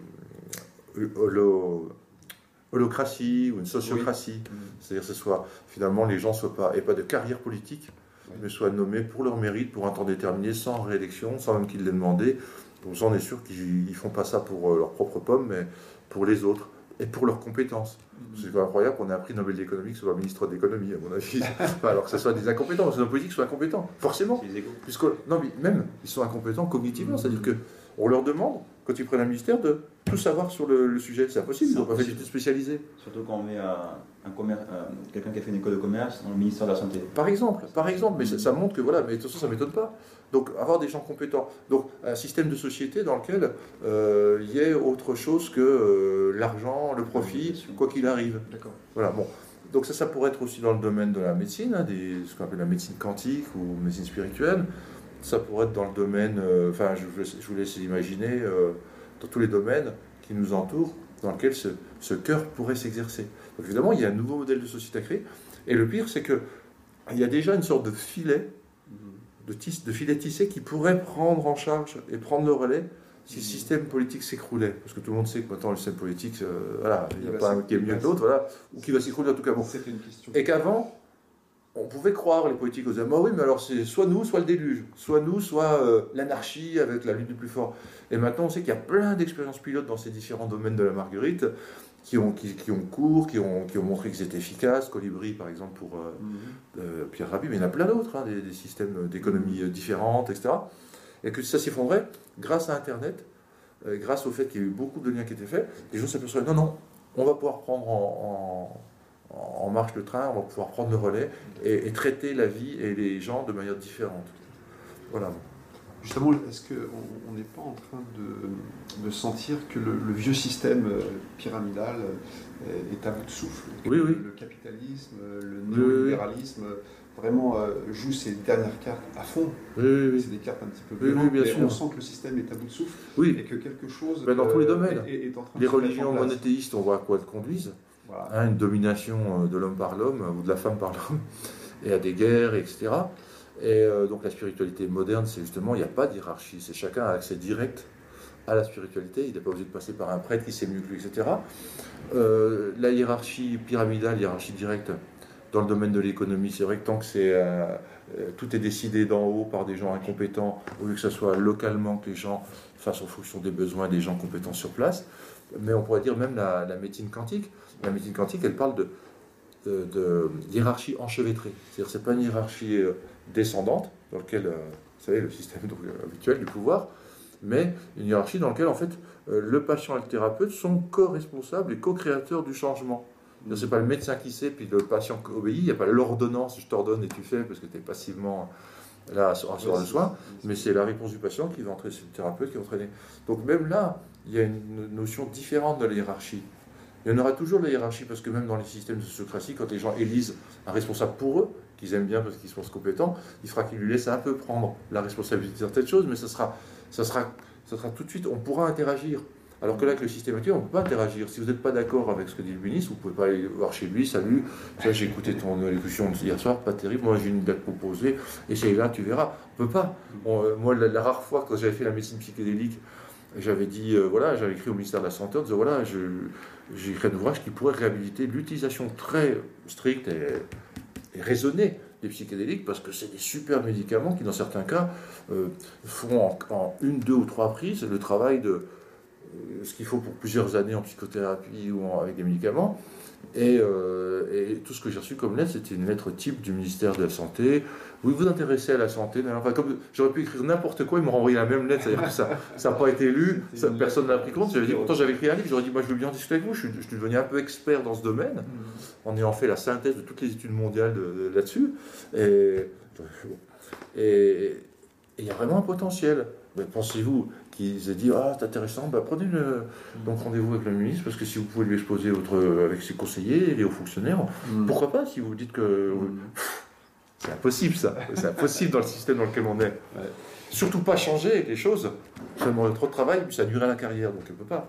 euh, holo, holocratie ou une sociocratie. Oui. C'est-à-dire que ce soit, finalement, les gens soient pas, et pas de carrière politique, oui. mais soient nommés pour leur mérite, pour un temps déterminé, sans réélection, sans même qu'ils l'aient demandé. Donc ça, on est sûr qu'ils ne font pas ça pour leurs propres pommes, mais pour les autres, et pour leurs compétences. Mmh. C'est incroyable qu'on ait un prix Nobel d'économie que ce soit ministre de l'économie, à mon avis. Enfin, alors que ce soit des incompétents, parce que nos politiques sont incompétents, forcément. Puisque, non, mais même, ils sont incompétents cognitivement, mmh. c'est-à-dire qu'on leur demande, quand ils prennent un ministère, de tout savoir sur le, le sujet. C'est impossible, ils n'ont pas fait d'études spécialisées. Surtout quand on met un, un commerce, un, quelqu'un qui a fait une école de commerce dans le ministère de la Santé. Par exemple, par exemple, mais ça, ça montre que voilà, mais de toute façon, ça ne m'étonne pas. Donc, avoir des gens compétents. Donc, un système de société dans lequel euh, il y ait autre chose que euh, l'argent, le profit, quoi qu'il arrive. D'accord. Voilà, bon. Donc, ça, ça pourrait être aussi dans le domaine de la médecine, hein, des, ce qu'on appelle la médecine quantique ou médecine spirituelle. Ça pourrait être dans le domaine, euh, enfin, je, je vous laisse imaginer, euh, dans tous les domaines qui nous entourent, dans lesquels ce, ce cœur pourrait s'exercer. Donc, évidemment, il y a un nouveau modèle de société à créer. Et le pire, c'est qu'il y a déjà une sorte de filet, de, tis, de filet tissé qui pourrait prendre en charge et prendre le relais si le système politique s'écroulait. Parce que tout le monde sait que maintenant, le système politique, euh, voilà, il n'y a pas un qui est mieux que l'autre, voilà, ou qui va s'écrouler en tout cas. Bon. Une question. Et qu'avant, on pouvait croire, les politiques, aux disaient, oui, mais alors c'est soit nous, soit le déluge, soit nous, soit euh, l'anarchie avec la lutte du plus fort. Et maintenant, on sait qu'il y a plein d'expériences pilotes dans ces différents domaines de la marguerite qui ont, qui, qui ont cours, qui ont, qui ont montré que c'était efficace. Colibri, par exemple, pour euh, mm-hmm. euh, Pierre Rabhi, mais il y en a plein d'autres, hein, des, des systèmes d'économie différentes, et cetera. Et que ça s'effondrait grâce à Internet, euh, grâce au fait qu'il y a eu beaucoup de liens qui étaient faits. Les gens s'aperçoivent, non, non, on va pouvoir prendre en... en en marche le train, on va pouvoir prendre le relais et, et traiter la vie et les gens de manière différente. Voilà. Justement, est-ce qu'on n'est pas en train de, de sentir que le, le vieux système pyramidal est à bout de souffle? Oui, le, oui. Le capitalisme, le néolibéralisme, oui, vraiment euh, joue ses dernières cartes à fond. Oui, oui, oui. C'est des cartes un petit peu violentes, oui, oui, mais on sent que le système est à bout de souffle, oui. Et que quelque chose ben, dans euh, tous les domaines. Est, est en train les de religions monothéistes, on voit à quoi elles conduisent. Voilà. Hein, une domination de l'homme par l'homme, ou de la femme par l'homme, et à des guerres, et cetera. Et euh, donc la spiritualité moderne, c'est justement, il n'y a pas de hiérarchie, c'est chacun a accès direct à la spiritualité, il n'est pas obligé de passer par un prêtre qui sait mieux que lui, et cetera. Euh, la hiérarchie pyramidale, hiérarchie directe, dans le domaine de l'économie, c'est vrai que tant que c'est, euh, tout est décidé d'en haut par des gens incompétents, au lieu que ce soit localement que les gens fassent en fonction des besoins des gens compétents sur place, mais on pourrait dire même la, la médecine quantique, la médecine quantique, elle parle de, de, de hiérarchie enchevêtrée. C'est-à-dire que ce n'est pas une hiérarchie euh, descendante, dans laquelle, euh, vous savez, le système donc, euh, habituel du pouvoir, mais une hiérarchie dans laquelle, en fait, euh, le patient et le thérapeute sont co-responsables et co-créateurs du changement. Mmh. Ce n'est pas le médecin qui sait, puis le patient qui obéit, il n'y a pas l'ordonnance, je t'ordonne et tu fais, parce que tu es passivement là à recevoir le soin, mais c'est la réponse du patient qui va entraîner, c'est le thérapeute qui va entraîner. Donc même là, il y a une notion différente de la hiérarchie. Il y en aura toujours de la hiérarchie, parce que même dans les systèmes de sociocratie, quand les gens élisent un responsable pour eux, qu'ils aiment bien parce qu'ils se pensent compétents, il faudra qu'ils lui laissent un peu prendre la responsabilité de certaines choses, mais ça sera, ça sera, ça sera tout de suite, on pourra interagir. Alors que là, avec le système actuel, on ne peut pas interagir. Si vous n'êtes pas d'accord avec ce que dit le ministre, vous ne pouvez pas aller voir chez lui, salut, j'ai écouté ton élocution hier soir, pas terrible, moi j'ai une date proposée, essaye là, tu verras. On ne peut pas. On, euh, moi, la, la rare fois, quand j'avais fait la médecine psychédélique, j'avais dit, euh, voilà, j'avais écrit au ministère de la Santé en disant, voilà, je, j'ai écrit un ouvrage qui pourrait réhabiliter l'utilisation très stricte et, et raisonnée des psychédéliques, parce que c'est des super médicaments qui, dans certains cas, euh, font en, en une, deux ou trois prises le travail de euh, ce qu'il faut pour plusieurs années en psychothérapie ou en, avec des médicaments. Et, euh, et tout ce que j'ai reçu comme lettre, c'était une lettre type du ministère de la Santé. Vous vous intéressez à la santé, enfin, comme j'aurais pu écrire n'importe quoi, ils m'ont renvoyé la même lettre, c'est-à-dire que ça n'a pas été lu, ça, personne n'a pris compte. J'avais dit, pourtant j'avais écrit un livre, j'aurais dit, moi je veux bien discuter avec vous, je suis, je suis devenu un peu expert dans ce domaine, mmh. en ayant fait la synthèse de toutes les études mondiales de, de, là-dessus. Et il y a vraiment un potentiel. Mais pensez-vous qu'ils aient dit, ah c'est intéressant, bah, prenez le, donc rendez-vous avec le ministre, parce que si vous pouvez lui exposer votre, avec ses conseillers et les hauts fonctionnaires, mmh. pourquoi pas, si vous dites que... Mmh. C'est impossible ça, c'est impossible dans le système dans lequel on est. Ouais. Surtout pas changer les choses, ça demande trop de travail, puis ça durerait la carrière, donc on ne peut pas.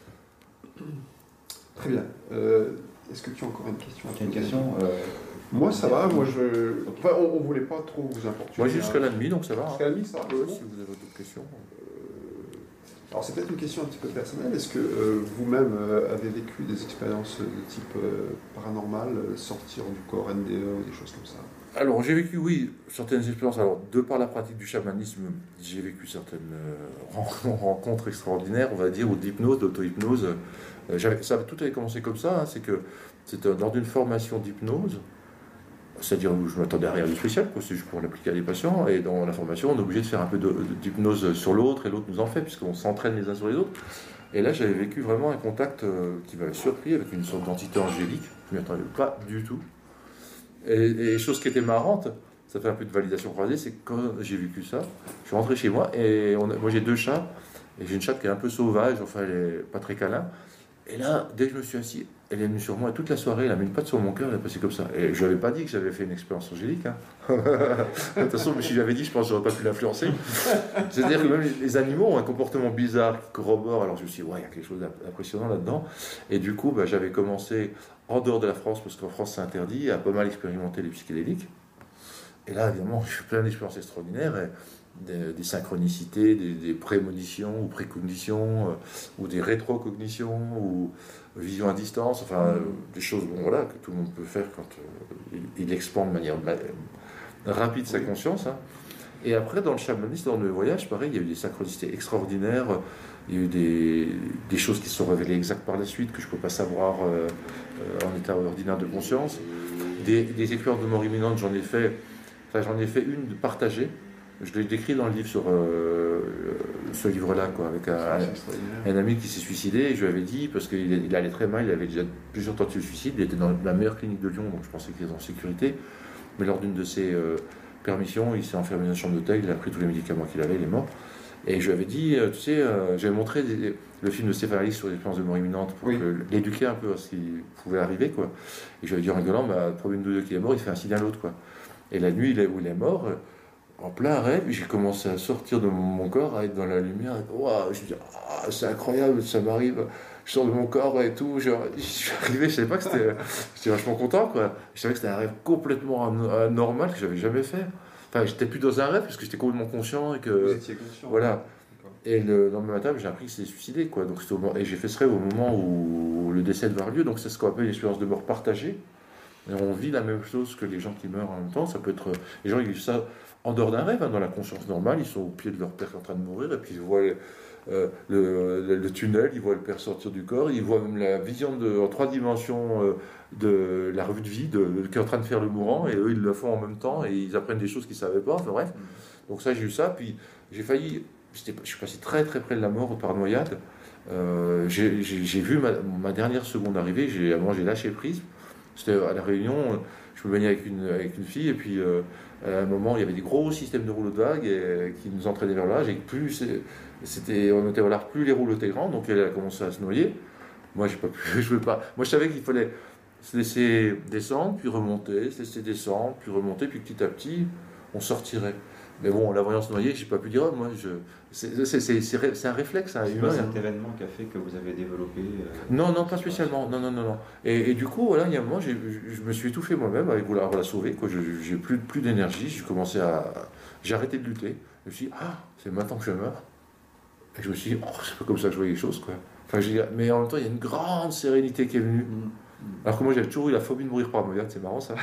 Très bien. Euh, est-ce que tu as encore une question? Une question euh... Moi ça va, moi je... Enfin, on ne voulait pas trop vous importuner. Moi jusqu'à la demi, donc ça va. Jusqu'à la demi, ça va. Ouais, si vous avez d'autres questions. Alors c'est peut-être une question un petit peu personnelle. Est-ce que euh, vous-même euh, avez vécu des expériences de type euh, paranormal, euh, sortir du corps N D E ou des choses comme ça? Alors j'ai vécu, oui, certaines expériences. Alors de par la pratique du chamanisme, j'ai vécu certaines euh, rencontres extraordinaires, on va dire, ou d'hypnose, d'auto-hypnose. Euh, j'avais, ça, tout avait commencé comme ça, hein, c'est que c'était lors d'une formation d'hypnose, c'est-à-dire où je m'attendais à rien de spécial, quoi, c'est juste pour l'appliquer à des patients, et dans la formation, on est obligé de faire un peu de, de, d'hypnose sur l'autre, et l'autre nous en fait, puisqu'on s'entraîne les uns sur les autres. Et là, j'avais vécu vraiment un contact euh, qui m'avait surpris, avec une sorte d'entité angélique, je ne m'y attendais pas du tout. Et, et chose qui était marrante, ça fait un peu de validation croisée, c'est que quand j'ai vécu ça, je suis rentré chez moi, et on a, moi j'ai deux chats, et j'ai une chatte qui est un peu sauvage, enfin elle est pas très câlin. Et là, dès que je me suis assis, elle est venue sur moi, et toute la soirée, elle a mis une patte sur mon cœur, elle est passée comme ça. Et je lui avais pas dit que j'avais fait une expérience angélique. Hein. De toute façon, si j'avais dit, je pense que j'aurais pas pu l'influencer. C'est-à-dire que même les animaux ont un comportement bizarre qui corrobore. Alors je me suis dit, ouais, il y a quelque chose d'impressionnant là-dedans. Et du coup, bah, j'avais commencé en dehors de la France, parce qu'en France c'est interdit, à pas mal expérimenter les psychédéliques. Et là, évidemment, j'ai fait plein d'expériences extraordinaires. Et des, des synchronicités, des, des prémonitions ou précognitions, euh, ou des rétrocognitions, ou vision à distance, enfin euh, des choses bon, voilà, que tout le monde peut faire quand euh, il, il expand de manière ma- rapide sa conscience. Hein. Et après, dans le chamanisme, dans le voyage, pareil, il y a eu des synchronicités extraordinaires, il y a eu des, des choses qui se sont révélées exactes par la suite, que je ne peux pas savoir euh, euh, en état ordinaire de conscience. Des, des expériences de mort imminente, j'en ai fait, enfin, j'en ai fait une de partagée. Je l'ai décrit dans le livre sur euh, ce livre-là, quoi, avec un, un, un ami qui s'est suicidé. Et je lui avais dit, parce qu'il il allait très mal, il avait déjà plusieurs tentatives de suicide, il était dans la meilleure clinique de Lyon, donc je pensais qu'il était en sécurité. Mais lors d'une de ses euh, permissions, il s'est enfermé dans une chambre d'hôtel, il a pris tous les médicaments qu'il avait, il est mort. Et je lui avais dit, euh, tu sais, euh, j'avais montré des, le film de Stéphane Alice sur l'expérience de mort imminente pour oui. que, l'éduquer un peu à ce qui pouvait arriver, quoi. Et je lui avais dit en rigolant, bah, le premier de deux qui est mort, il fait un signe à l'autre, quoi. Et la nuit où il est mort, en plein rêve, j'ai commencé à sortir de mon corps, à être dans la lumière. Waouh, je me dis, ah, c'est incroyable, ça m'arrive. Je sors de mon corps et tout. Je, je suis arrivé, je savais pas que c'était. J'étais vachement content, quoi. Je savais que c'était un rêve complètement anormal que j'avais jamais fait. Enfin, j'étais plus dans un rêve parce que j'étais complètement conscient et que. Vous étiez conscient. Voilà. Et le lendemain matin, j'ai appris qu'il s'était suicidé, quoi. Donc, au, et j'ai fait ce rêve au moment où le décès devait avoir lieu. Donc, c'est ce qu'on appelle l'expérience de mort partagée. Et on vit la même chose que les gens qui meurent en même temps. Ça peut être. Les gens, ils vivent ça en dehors d'un rêve, hein, dans la conscience normale. Ils sont au pied de leur père en train de mourir et puis ils voient euh, le, le, le tunnel, ils voient le père sortir du corps, ils voient même la vision de, en trois dimensions euh, de la revue de vie de, de, qui est en train de faire le mourant, et eux, ils le font en même temps et ils apprennent des choses qu'ils ne savaient pas. Enfin bref. Donc, ça, j'ai eu ça. Puis, j'ai failli. Je suis passé très très près de la mort par noyade. Euh, j'ai, j'ai, j'ai vu ma, ma dernière seconde arriver. J'ai, à un moment, j'ai lâché prise. C'était à la Réunion, je me baignais avec une, avec une fille, et puis euh, à un moment, il y avait des gros systèmes de rouleaux de vagues et, qui nous entraînaient vers là. J'ai plus, c'était, on était au large, plus les rouleaux étaient grands, donc elle a commencé à se noyer. Moi, j'ai pas pu, je veux pas. Moi, je savais qu'il fallait se laisser descendre, puis remonter, se laisser descendre, puis remonter, puis petit à petit, on sortirait. Mais bon, la voyance noyée, j'ai pas pu dire, oh, moi, je... c'est, c'est, c'est, c'est, c'est un réflexe. Hein, c'est pas cet événement qui a fait que vous avez développé euh... Non, non, pas spécialement. Non, non, non, non. Et, et du coup, voilà, il y a un moment, j'ai, je me suis étouffé moi-même avec vouloir la sauver. Quoi. Je, j'ai plus, plus d'énergie. J'ai commencé à, j'ai arrêté de lutter. Je me suis dit, ah, c'est maintenant que je meurs. Et je me suis dit, oh, c'est pas comme ça que je voyais les choses, quoi. Enfin, je dis, mais en même temps, il y a une grande sérénité qui est venue. Mmh. Alors que moi j'avais toujours eu la phobie de mourir par noyade, c'est marrant ça.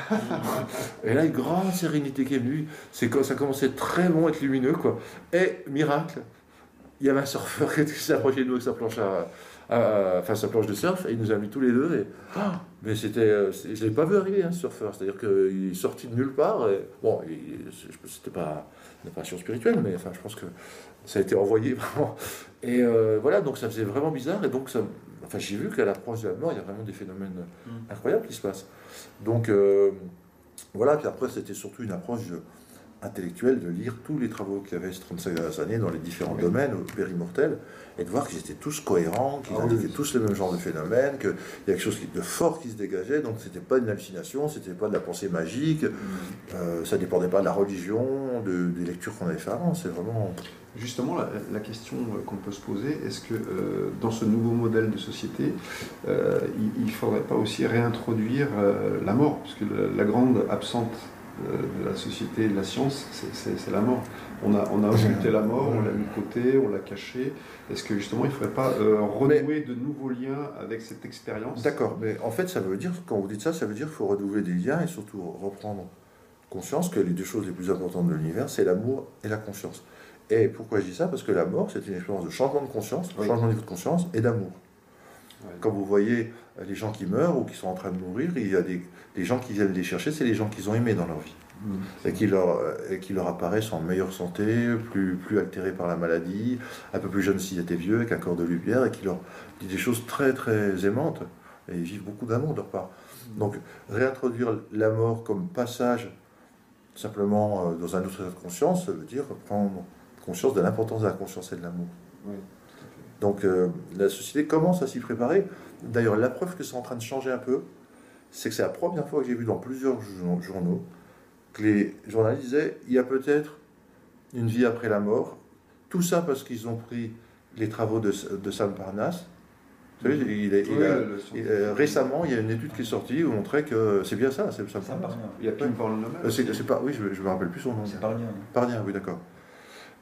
Et là, une grande sérénité qui est venue, c'est que ça commençait très bon, être lumineux, quoi. Et miracle, il y avait un surfeur qui s'est approché de nous avec sa planche à, à, enfin sa planche de surf, et il nous a mis tous les deux. Et, oh, mais c'était, c'est, je l'ai pas vu arriver, hein, ce surfeur. C'est-à-dire qu'il est sorti de nulle part. Et, bon, il, c'était pas une apparition spirituelle, mais enfin, je pense que ça a été envoyé vraiment. Et euh, voilà, donc ça faisait vraiment bizarre, et donc ça. Enfin, j'ai vu qu'à l'approche de la mort, il y a vraiment des phénomènes mmh. incroyables qui se passent. Donc, euh, voilà. Puis après, c'était surtout une approche intellectuelle de lire tous les travaux qu'il y avait ces trente-cinq dernières années dans les différents oui. domaines périmortels et de voir qu'ils étaient tous cohérents, qu'ils ah, indiquaient oui. tous le même genre de phénomène, qu'il y a quelque chose de fort qui se dégageait. Donc, c'était pas une hallucination, c'était pas de la pensée magique, mmh. euh, ça dépendait pas de la religion, de, des lectures qu'on avait fait avant. C'est vraiment. Justement, la, la question qu'on peut se poser, est-ce que euh, dans ce nouveau modèle de société, euh, il ne faudrait pas aussi réintroduire euh, la mort, parce que la, la grande absente euh, de la société et de la science, c'est, c'est, c'est la mort. On a, on a occulté la mort, on l'a mis de côté, on l'a caché. Est-ce que justement, il ne faudrait pas euh, renouer mais, de nouveaux liens avec cette expérience ? D'accord, mais en fait, ça veut dire, quand vous dites ça, ça veut dire qu'il faut renouveler des liens et surtout reprendre conscience que les deux choses les plus importantes de l'univers, c'est l'amour et la conscience. Et pourquoi je dis ça ? Parce que la mort, c'est une expérience de changement de conscience, oui. changement de niveau de conscience et d'amour. Oui. Quand vous voyez les gens qui meurent ou qui sont en train de mourir, il y a des, des gens qui viennent les chercher, c'est les gens qu'ils ont aimés dans leur vie. Mmh. Et, qui leur, et qui leur apparaissent en meilleure santé, plus, plus altérés par la maladie, un peu plus jeunes s'ils étaient vieux, avec un corps de lumière, et qui leur disent des choses très très aimantes. Et ils vivent beaucoup d'amour de leur part. Mmh. Donc réintroduire la mort comme passage, simplement euh, dans un autre état de conscience, ça veut dire prendre conscience de l'importance de la conscience et de l'amour. Oui, donc euh, la société commence à s'y préparer. D'ailleurs, la preuve que c'est en train de changer un peu, c'est que c'est la première fois que j'ai vu dans plusieurs journaux que les journalistes disaient il y a peut-être une vie après la mort. Tout ça parce qu'ils ont pris les travaux de, de Sam Parnasse. Vous savez, il, il, oui, a, le, il, euh, récemment, il y a une étude qui est sortie où on montrait que c'est bien ça, c'est Sam Parnasse. Il y a Pim Parnasse. C'est, c'est pas, oui, je ne me rappelle plus son nom. C'est Parnien. Parnien, oui, d'accord.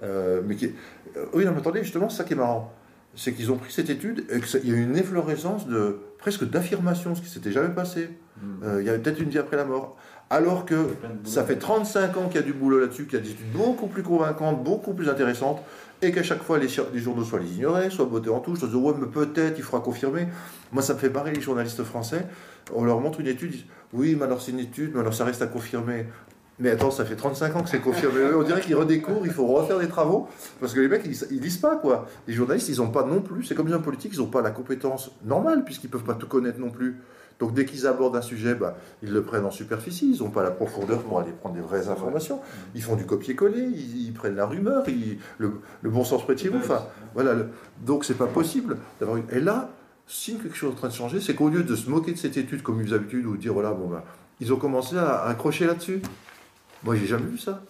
Euh, mais qui... euh, oui, non, mais attendez, justement, c'est ça qui est marrant. C'est qu'ils ont pris cette étude et qu'il y a eu une efflorescence de, presque d'affirmation, ce qui s'était jamais passé. Mmh. Euh, il y avait peut-être une vie après la mort. Alors que ça fait trente-cinq ans qu'il y a du boulot là-dessus, qu'il y a des études beaucoup plus convaincantes, beaucoup plus intéressantes, et qu'à chaque fois les, les journaux soit les ignoraient, soit bottés en touche, soit disaient ouais mais peut-être il faudra confirmer. Moi ça me fait marrer les journalistes français, on leur montre une étude, ils disent oui mais alors c'est une étude, mais alors ça reste à confirmer. Mais attends, ça fait trente-cinq ans que c'est confirmé. On dirait qu'ils redécouvrent, il faut refaire des travaux, parce que les mecs, ils, ils lisent pas, quoi. Les journalistes, ils n'ont pas non plus, c'est comme les hommes politiques, ils n'ont pas la compétence normale, puisqu'ils ne peuvent pas tout connaître non plus. Donc dès qu'ils abordent un sujet, bah, ils le prennent en superficie, ils n'ont pas la profondeur pour aller prendre des vraies informations. Ils font du copier-coller, ils, ils prennent la rumeur, ils, le, le bon sens près de chez vous. Enfin, voilà, le, donc c'est pas possible d'avoir une... Et là, si quelque chose est en train de changer, c'est qu'au lieu de se moquer de cette étude comme ils habitude, ou de dire, voilà, bon, bah, ils ont commencé à, à accrocher là-dessus. Moi, j'ai jamais vu ça.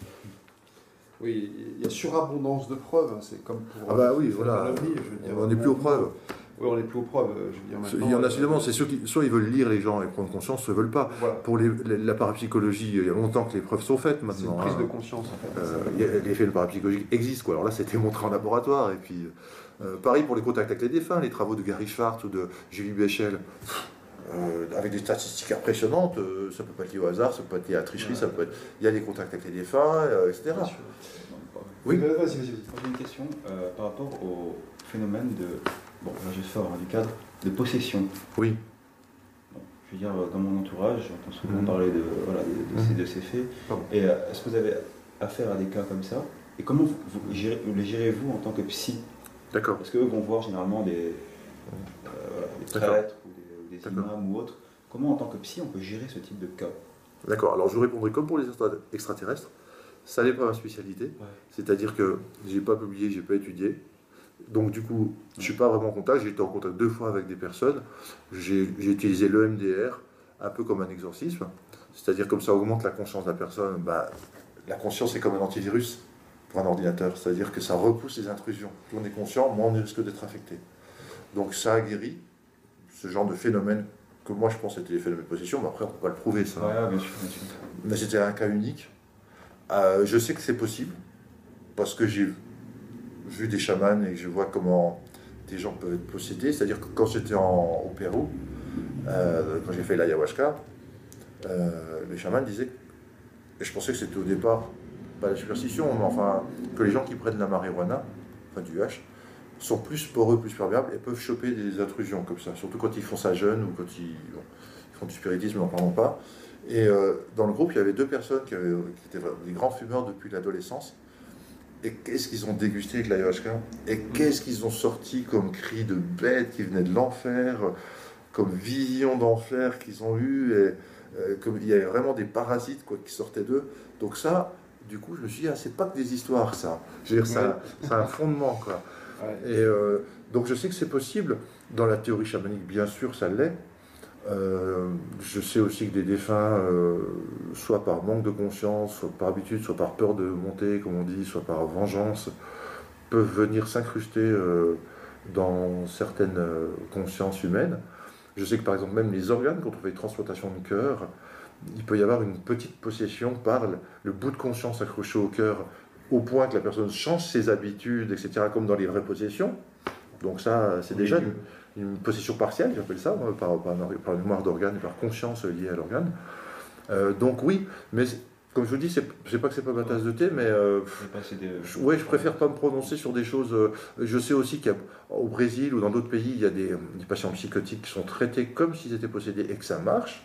Oui, il y a surabondance de preuves. C'est comme pour. Ah bah oui, voilà. Avis, je veux dire, on n'est plus aux preuves. Oui, on n'est plus aux preuves. Je veux dire, maintenant, il y en a euh, suffisamment. C'est ceux qui, soit ils veulent lire les gens et prendre conscience, soit ils veulent pas. Voilà. Pour les, les, la parapsychologie, il y a longtemps que les preuves sont faites maintenant. C'est une prise hein. de conscience en fait. Euh, y a, l'effet de parapsychologie existe, quoi. Alors là, c'était montré en laboratoire. Et puis, euh, pareil pour les contacts avec les défunts, les travaux de Gary Schwartz ou de Julie Béchel. Euh, avec des statistiques impressionnantes, euh, ça peut pas être lié au hasard, ça peut pas être lié à la tricherie, ouais. Ça peut être... il y a des contacts avec les défunts, euh, et cetera. Oui, vas-y, vas-y, vas-y. J'ai une question euh, par rapport au phénomène de, bon là je sors hein, du cadre, de possession. Oui. Bon, je veux dire, dans mon entourage, j'entends souvent mmh. parler de, voilà, de, de, mmh. ces, de ces faits. Pardon. Et euh, est-ce que vous avez affaire à des cas comme ça? Et comment vous, vous, gérez, vous les gérez-vous en tant que psy? D'accord. Parce qu'eux vont voir généralement des, euh, voilà, des prêtres, des imams ou autres. Comment en tant que psy on peut gérer ce type de cas? D'accord, alors je vous répondrai comme pour les extraterrestres, ça n'est pas ma spécialité, ouais. C'est-à-dire que j'ai pas publié, j'ai pas étudié, donc du coup je suis pas vraiment en contact, j'ai été en contact deux fois avec des personnes, j'ai utilisé l'E M D R un peu comme un exorcisme, c'est-à-dire comme ça augmente la conscience de la personne, bah, la conscience est comme un antivirus pour un ordinateur, c'est-à-dire que ça repousse les intrusions, plus on est conscient, moins on risque d'être affecté. Donc ça a guéri ce genre de phénomène que moi je pense était des phénomènes de possession, mais après on ne peut pas le prouver ça. Ouais, bien sûr, bien sûr. Mais c'était un cas unique. Euh, je sais que c'est possible, parce que j'ai vu des chamans et que je vois comment des gens peuvent être possédés. C'est-à-dire que quand j'étais au Pérou, euh, quand j'ai fait l'ayahuasca, euh, les chamans disaient, et je pensais que c'était au départ, pas la superstition, mais enfin, que les gens qui prennent la marijuana, enfin du hash, sont plus poreux, plus perméables et peuvent choper des intrusions comme ça, surtout quand ils font ça jeune ou quand ils, bon, ils font du spiritisme, n'en parlons pas. Et euh, dans le groupe, il y avait deux personnes qui, avaient, qui étaient des grands fumeurs depuis l'adolescence. Et qu'est-ce qu'ils ont dégusté avec l'ayahuasca? Et qu'est-ce qu'ils ont sorti comme cris de bêtes qui venaient de l'enfer, comme visions d'enfer qu'ils ont eues. Et, euh, comme, il y avait vraiment des parasites quoi, qui sortaient d'eux. Donc ça, du coup, je me suis dit, ah, c'est pas que des histoires, ça. Je veux dire, ça, ça a un fondement, quoi. Et euh, donc je sais que c'est possible, dans la théorie chamanique bien sûr ça l'est, euh, je sais aussi que des défunts, euh, soit par manque de conscience, soit par habitude, soit par peur de monter comme on dit, soit par vengeance, peuvent venir s'incruster euh, dans certaines euh, consciences humaines. Je sais que par exemple même les organes, quand on fait une transplantation de cœur, il peut y avoir une petite possession par le, le bout de conscience accroché au cœur, au point que la personne change ses habitudes, et cetera, comme dans les vraies possessions. Donc ça, c'est déjà une, une possession partielle, j'appelle ça, moi, par, par, par mémoire d'organe et par conscience liée à l'organe. Euh, donc oui, mais comme je vous dis, c'est, je sais pas que c'est pas ma tasse de thé, mais euh, je, ouais, je préfère pas me prononcer sur des choses. Euh, je sais aussi qu'au Brésil ou dans d'autres pays, il y a des, des patients psychotiques qui sont traités comme s'ils étaient possédés et que ça marche.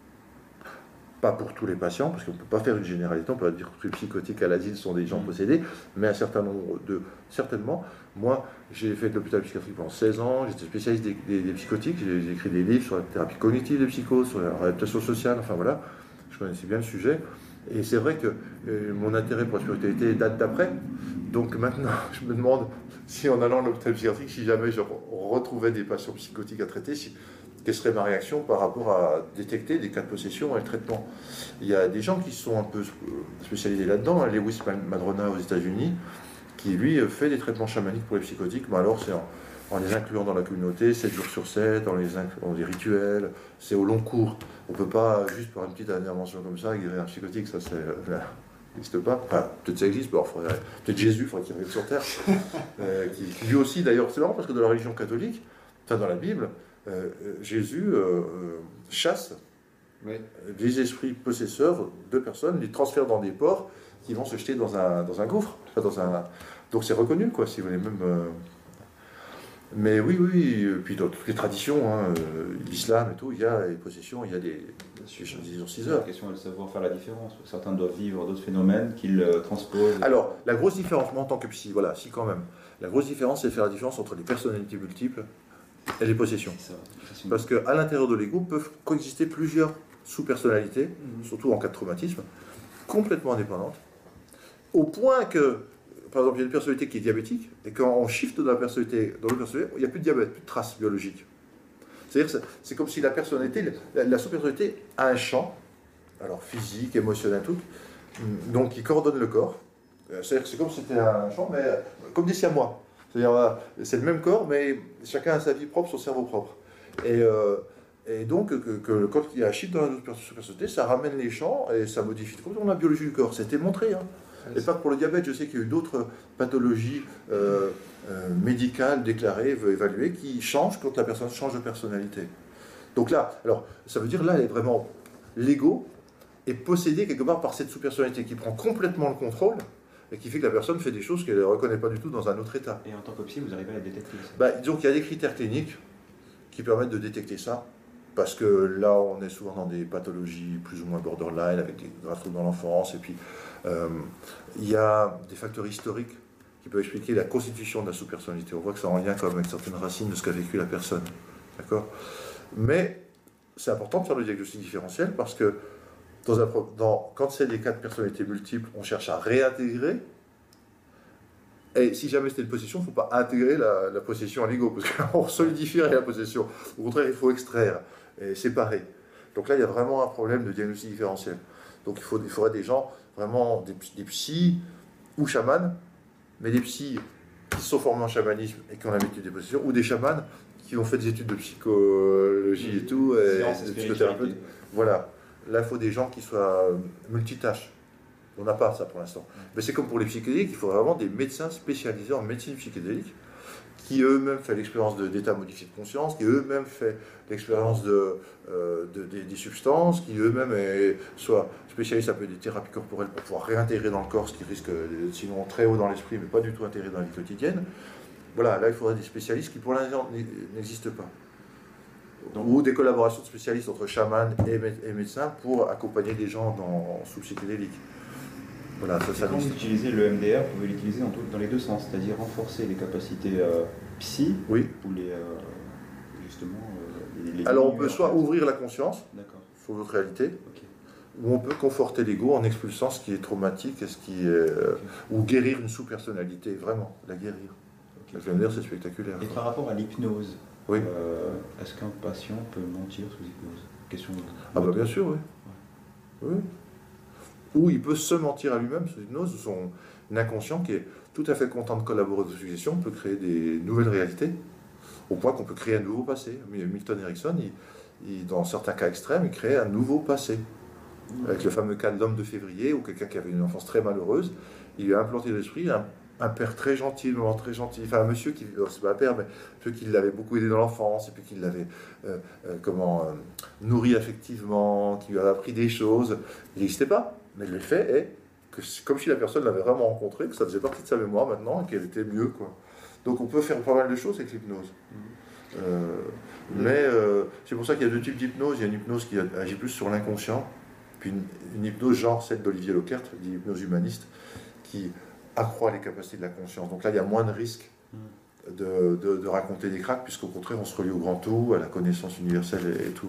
Pas pour tous les patients, parce qu'on ne peut pas faire une généralité, on peut pas dire que tous les psychotiques à l'asile sont des gens possédés, mais un certain nombre de... Certainement, moi, j'ai fait de l'hôpital psychiatrique pendant seize ans, j'étais spécialiste des, des, des psychotiques, j'ai écrit des livres sur la thérapie cognitive des psychoses, sur la réadaptation sociale, enfin voilà, je connaissais bien le sujet, et c'est vrai que euh, mon intérêt pour la spiritualité date d'après, donc maintenant, je me demande si en allant à l'hôpital psychiatrique, si jamais je retrouvais des patients psychotiques à traiter, si... quelle serait ma réaction par rapport à détecter des cas de possession et le traitement. Il y a des gens qui sont un peu spécialisés là-dedans, hein, Lewis Madrona aux États-Unis, qui lui fait des traitements chamaniques pour les psychotiques, mais alors c'est en, en les incluant dans la communauté, sept jours sur sept, dans les, dans les rituels, c'est au long cours. On ne peut pas juste par une petite intervention comme ça guérir un psychotique, ça c'est... n'existe pas. Enfin, peut-être ça existe, mais alors, faudrait- peut-être Jésus, il faudrait qu'il arrive sur Terre. Euh, qui, qui lui aussi, d'ailleurs, c'est marrant parce que dans la religion catholique, enfin dans la Bible, euh, Jésus euh, euh, chasse Oui. des esprits possesseurs de personnes, les transfère dans des porcs qui vont se jeter dans un, dans un gouffre. Enfin, dans un... Donc c'est reconnu, quoi, si vous voulez même. euh, Mais oui, oui, et puis dans toutes les traditions, hein, euh, l'islam et tout, il y a les possessions, il y a des, des choses, des C'est exorciseurs. la question est de savoir faire la différence. Certains doivent vivre d'autres phénomènes qu'ils euh, transposent. Alors, la grosse différence, moi en tant que psy, voilà, si quand même, la grosse différence, c'est de faire la différence entre les personnalités multiples et les possessions. C'est ça. Ça, c'est une- Parce qu'à l'intérieur de l'ego peuvent coexister plusieurs sous-personnalités, Mhm. surtout en cas de traumatisme, complètement indépendantes, au point que, par exemple, il y a une personnalité qui est diabétique, et quand on shift dans la personnalité, dans l'autre personnalité, il n'y a plus de diabète, plus de traces biologiques. C'est-à-dire que c'est- c'est comme si la personnalité, la, la sous-personnalité a un champ, alors physique, émotionnel, tout, donc qui coordonne le corps. Euh, C'est-à-dire que c'est comme si c'était un champ, mais euh, comme des siamois. C'est-à-dire, voilà, c'est le même corps, mais chacun a sa vie propre, son cerveau propre. Et, euh, et donc, que, que quand il y a un shift dans la sous-personnalité, ça ramène les champs et ça modifie complètement la biologie du corps. C'était montré, hein. Et pas que pour le diabète, je sais qu'il y a eu d'autres pathologies euh, euh, médicales déclarées, évaluées, qui changent quand la personne change de personnalité. Donc là, alors, ça veut dire là, elle est vraiment l'ego est possédé quelque part par cette sous-personnalité qui prend complètement le contrôle et qui fait que la personne fait des choses qu'elle ne reconnaît pas du tout dans un autre état. Et en tant que psy, vous arrivez à les détecter. ça. Bah, disons qu'il y a des critères cliniques qui permettent de détecter ça, parce que là, on est souvent dans des pathologies plus ou moins borderline, avec des graves troubles dans l'enfance, et puis euh, il y a des facteurs historiques qui peuvent expliquer la constitution de la sous-personnalité. On voit que ça a en lien quand même avec certaines racines de ce qu'a vécu la personne. D'accord ? Mais c'est important de faire le diagnostic différentiel, parce que dans un, pro- dans, quand c'est des cas de personnalité multiples, on cherche à réintégrer. Et si jamais c'était une possession, il ne faut pas intégrer la, la possession à l'ego, parce qu'on solidifierait la possession. Au contraire, il faut extraire et séparer. Donc là, il y a vraiment un problème de diagnostic différentiel. Donc il, faut, il faudrait des gens, vraiment des, des psys ou chamans, mais des psys qui sont formés en chamanisme et qui ont l'habitude des possessions, ou des chamans qui ont fait des études de psychologie et tout, et Science et de spiritualité. psychothérapeute. Voilà. Là, il faut des gens qui soient multitâches. On n'a pas ça pour l'instant. Mais c'est comme pour les psychédéliques, il faut vraiment des médecins spécialisés en médecine psychédélique qui eux-mêmes font l'expérience de- d'état modifié de conscience, qui eux-mêmes font l'expérience de, euh, de- des, des substances, qui eux-mêmes eh, soient spécialistes un peu des thérapies corporelles pour pouvoir réintégrer dans le corps ce qui risque d'être sinon très haut dans l'esprit, mais pas du tout intégré dans la vie quotidienne. Voilà, là il faudrait des spécialistes qui pour l'instant n'existent pas. Donc- Ou des collaborations de spécialistes entre chamans et, mé- et médecins pour accompagner des gens dans, sous psychédélique. Voilà, ça, Et ça quand vous existe. utilisez le M D R, vous pouvez l'utiliser dans, tout- dans les deux sens, c'est-à-dire renforcer les capacités euh, psy Oui. ou les, euh, justement euh, les, les Alors on diminuer, peut en soit fait. ouvrir la conscience D'accord. sur votre réalité, Ok. ou on peut conforter l'ego en expulsant ce qui est traumatique et ce qui est, euh, ou guérir une sous-personnalité, vraiment, la guérir. Ok. Le M D R, c'est spectaculaire. Et par rapport à l'hypnose, Oui. euh, est-ce qu'un patient peut mentir sous hypnose? Question. Ah bah bien sûr, oui. Oui. Ou il peut se mentir à lui-même sous hypnose, son inconscient qui est tout à fait content de collaborer aux suggestions peut créer des nouvelles réalités, au point qu'on peut créer un nouveau passé. Milton Erickson, il, il- dans certains cas extrêmes, il crée un nouveau passé. Avec le fameux cas de l'homme de février, ou quelqu'un qui avait une enfance très malheureuse, il lui a implanté dans l'esprit un, un père très gentil, une maman très gentil, enfin un monsieur qui, oh, c'est pas un père, mais un monsieur qui l'avait beaucoup aidé dans l'enfance, et puis qui l'avait euh, euh, comment, euh, nourri affectivement, qui lui avait appris des choses. Il n'existait pas, mais le fait est que c'est comme si la personne l'avait vraiment rencontré, que ça faisait partie de sa mémoire maintenant, et qu'elle était mieux, quoi. Donc on peut faire pas mal de choses avec l'hypnose. Euh, mais euh, c'est pour ça qu'il y a deux types d'hypnose. Il y a une hypnose qui agit plus sur l'inconscient, puis une, une hypnose genre celle d'Olivier Lequert, dit hypnose humaniste, qui accroît les capacités de la conscience. Donc là, il y a moins de risques de, de, de raconter des cracks, puisqu'au contraire, on se relie au grand tout, à la connaissance universelle et, et tout.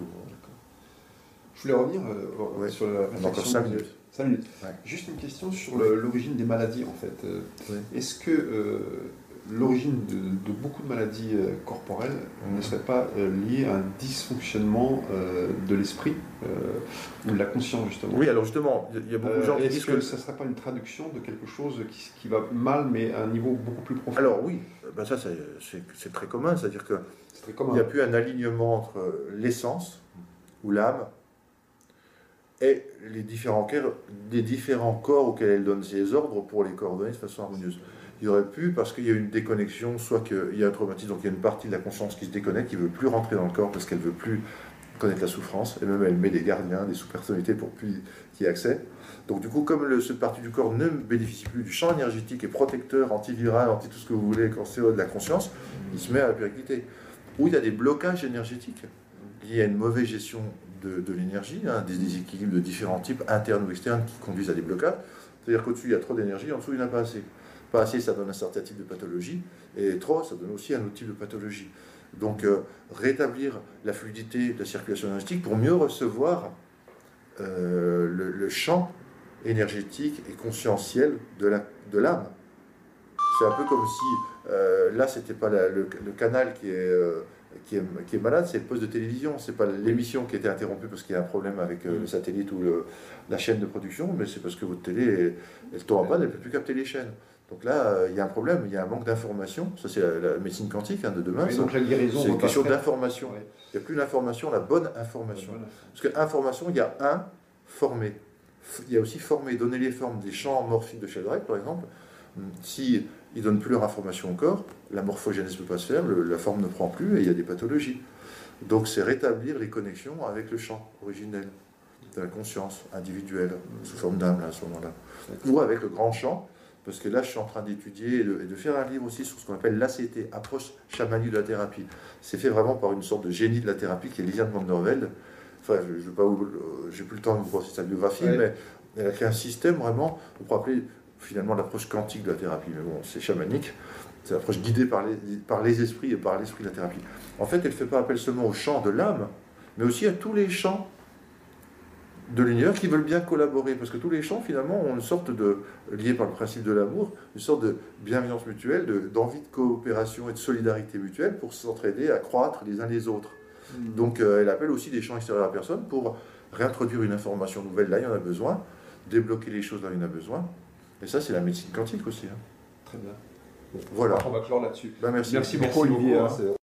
Je voulais revenir euh, Ouais. sur la On a réflexion. encore cinq de- minutes. cinq minutes. Ouais. Juste une question sur le- l'origine des maladies, en fait. Euh, Oui. Est-ce que euh, l'origine de, de beaucoup de maladies euh, corporelles ne serait pas euh, liée à un dysfonctionnement euh, de l'esprit euh, ou de la conscience, justement? Oui, alors justement, il y a beaucoup de Euh, gens qui Est-ce disent que, que... ça ne serait pas une traduction de quelque chose qui, qui va mal, mais à un niveau beaucoup plus profond? Alors oui, ben ça c'est c'est- c'est très commun, c'est-à-dire qu'il c'est très commun. n'y a plus un alignement entre l'essence, ou l'âme, et les différents, les différents corps auxquels elle donne ses ordres pour les coordonner de façon harmonieuse. Il aurait pu, parce qu'il y a une déconnexion, soit qu'il y a un traumatisme, donc il y a une partie de la conscience qui se déconnecte, qui ne veut plus rentrer dans le corps parce qu'elle ne veut plus connaître la souffrance, et même elle met des gardiens, des sous-personnalités pour plus qu'il y ait accès. Donc du coup, comme le, cette partie du corps ne bénéficie plus du champ énergétique et protecteur, antiviral, anti tout ce que vous voulez, cancéreux de la conscience, il se met à la péricliter. Ou il y a des blocages énergétiques liés à une mauvaise gestion de, de l'énergie, hein, des déséquilibres de différents types, internes ou externes, qui conduisent à des blocages. C'est-à-dire qu'au-dessus, il y a trop d'énergie, en dessous, il n'y en a pas assez. Pas assez, ça donne un certain type de pathologie, et trop, ça donne aussi un autre type de pathologie. Donc, euh, rétablir la fluidité de la circulation énergétique pour mieux recevoir euh, le, le champ énergétique et conscientiel de l'âme. De c'est un peu comme si, euh, là, c'était pas la, le, le canal qui est, euh, qui est, qui est malade, c'est le poste de télévision. C'est pas l'émission qui a été interrompue parce qu'il y a un problème avec euh, le satellite ou le, la chaîne de production, mais c'est parce que votre télé, elle tombe en panne, elle ne peut plus capter les chaînes. Donc là, euh, il y a un problème, il y a un manque d'information. Ça, c'est la, la médecine quantique hein, de demain. Oui, donc la guérison, c'est une question d'information. Ouais. Il n'y a plus d'information, la bonne information. Ouais, voilà. Parce que information, il y a un, formé. Il y a aussi formé, donner les formes des champs morphiques de Sheldrake, par exemple. Si ils ne donnent plus leur information au corps, la morphogénèse ne peut pas se faire, le, la forme ne prend plus et il y a des pathologies. Donc c'est rétablir les connexions avec le champ originel de la conscience individuelle, sous forme d'âme à ce moment-là. Ou avec le grand champ, parce que là je suis en train d'étudier et de, et de faire un livre aussi sur ce qu'on appelle l'A C T, approche chamanique de la thérapie. C'est fait vraiment par une sorte de génie de la thérapie qui est Liliane van der Velde. Enfin, je, je veux pas, j'ai plus le temps de vous voir sa biographie, ouais. Mais elle a créé un système vraiment, on pourrait appeler finalement l'approche quantique de la thérapie, mais bon, c'est chamanique, c'est l'approche guidée par les, par les esprits et par l'esprit de la thérapie. En fait, elle ne fait pas appel seulement au champ de l'âme, mais aussi à tous les champs de l'univers qui veulent bien collaborer, parce que tous les champs, finalement, ont une sorte de, liés par le principe de l'amour, une sorte de bienveillance mutuelle, de, d'envie de coopération et de solidarité mutuelle pour s'entraider à croître les uns les autres. Mmh. Donc, euh, elle appelle aussi des champs extérieurs à la personne pour réintroduire une information nouvelle, là, il y en a besoin, débloquer les choses, là, il y en a besoin. Et ça, c'est la médecine quantique aussi. Hein. Très bien. Voilà. On va clore là-dessus. Ben, merci. Merci beaucoup, merci Olivier. Beaucoup, hein.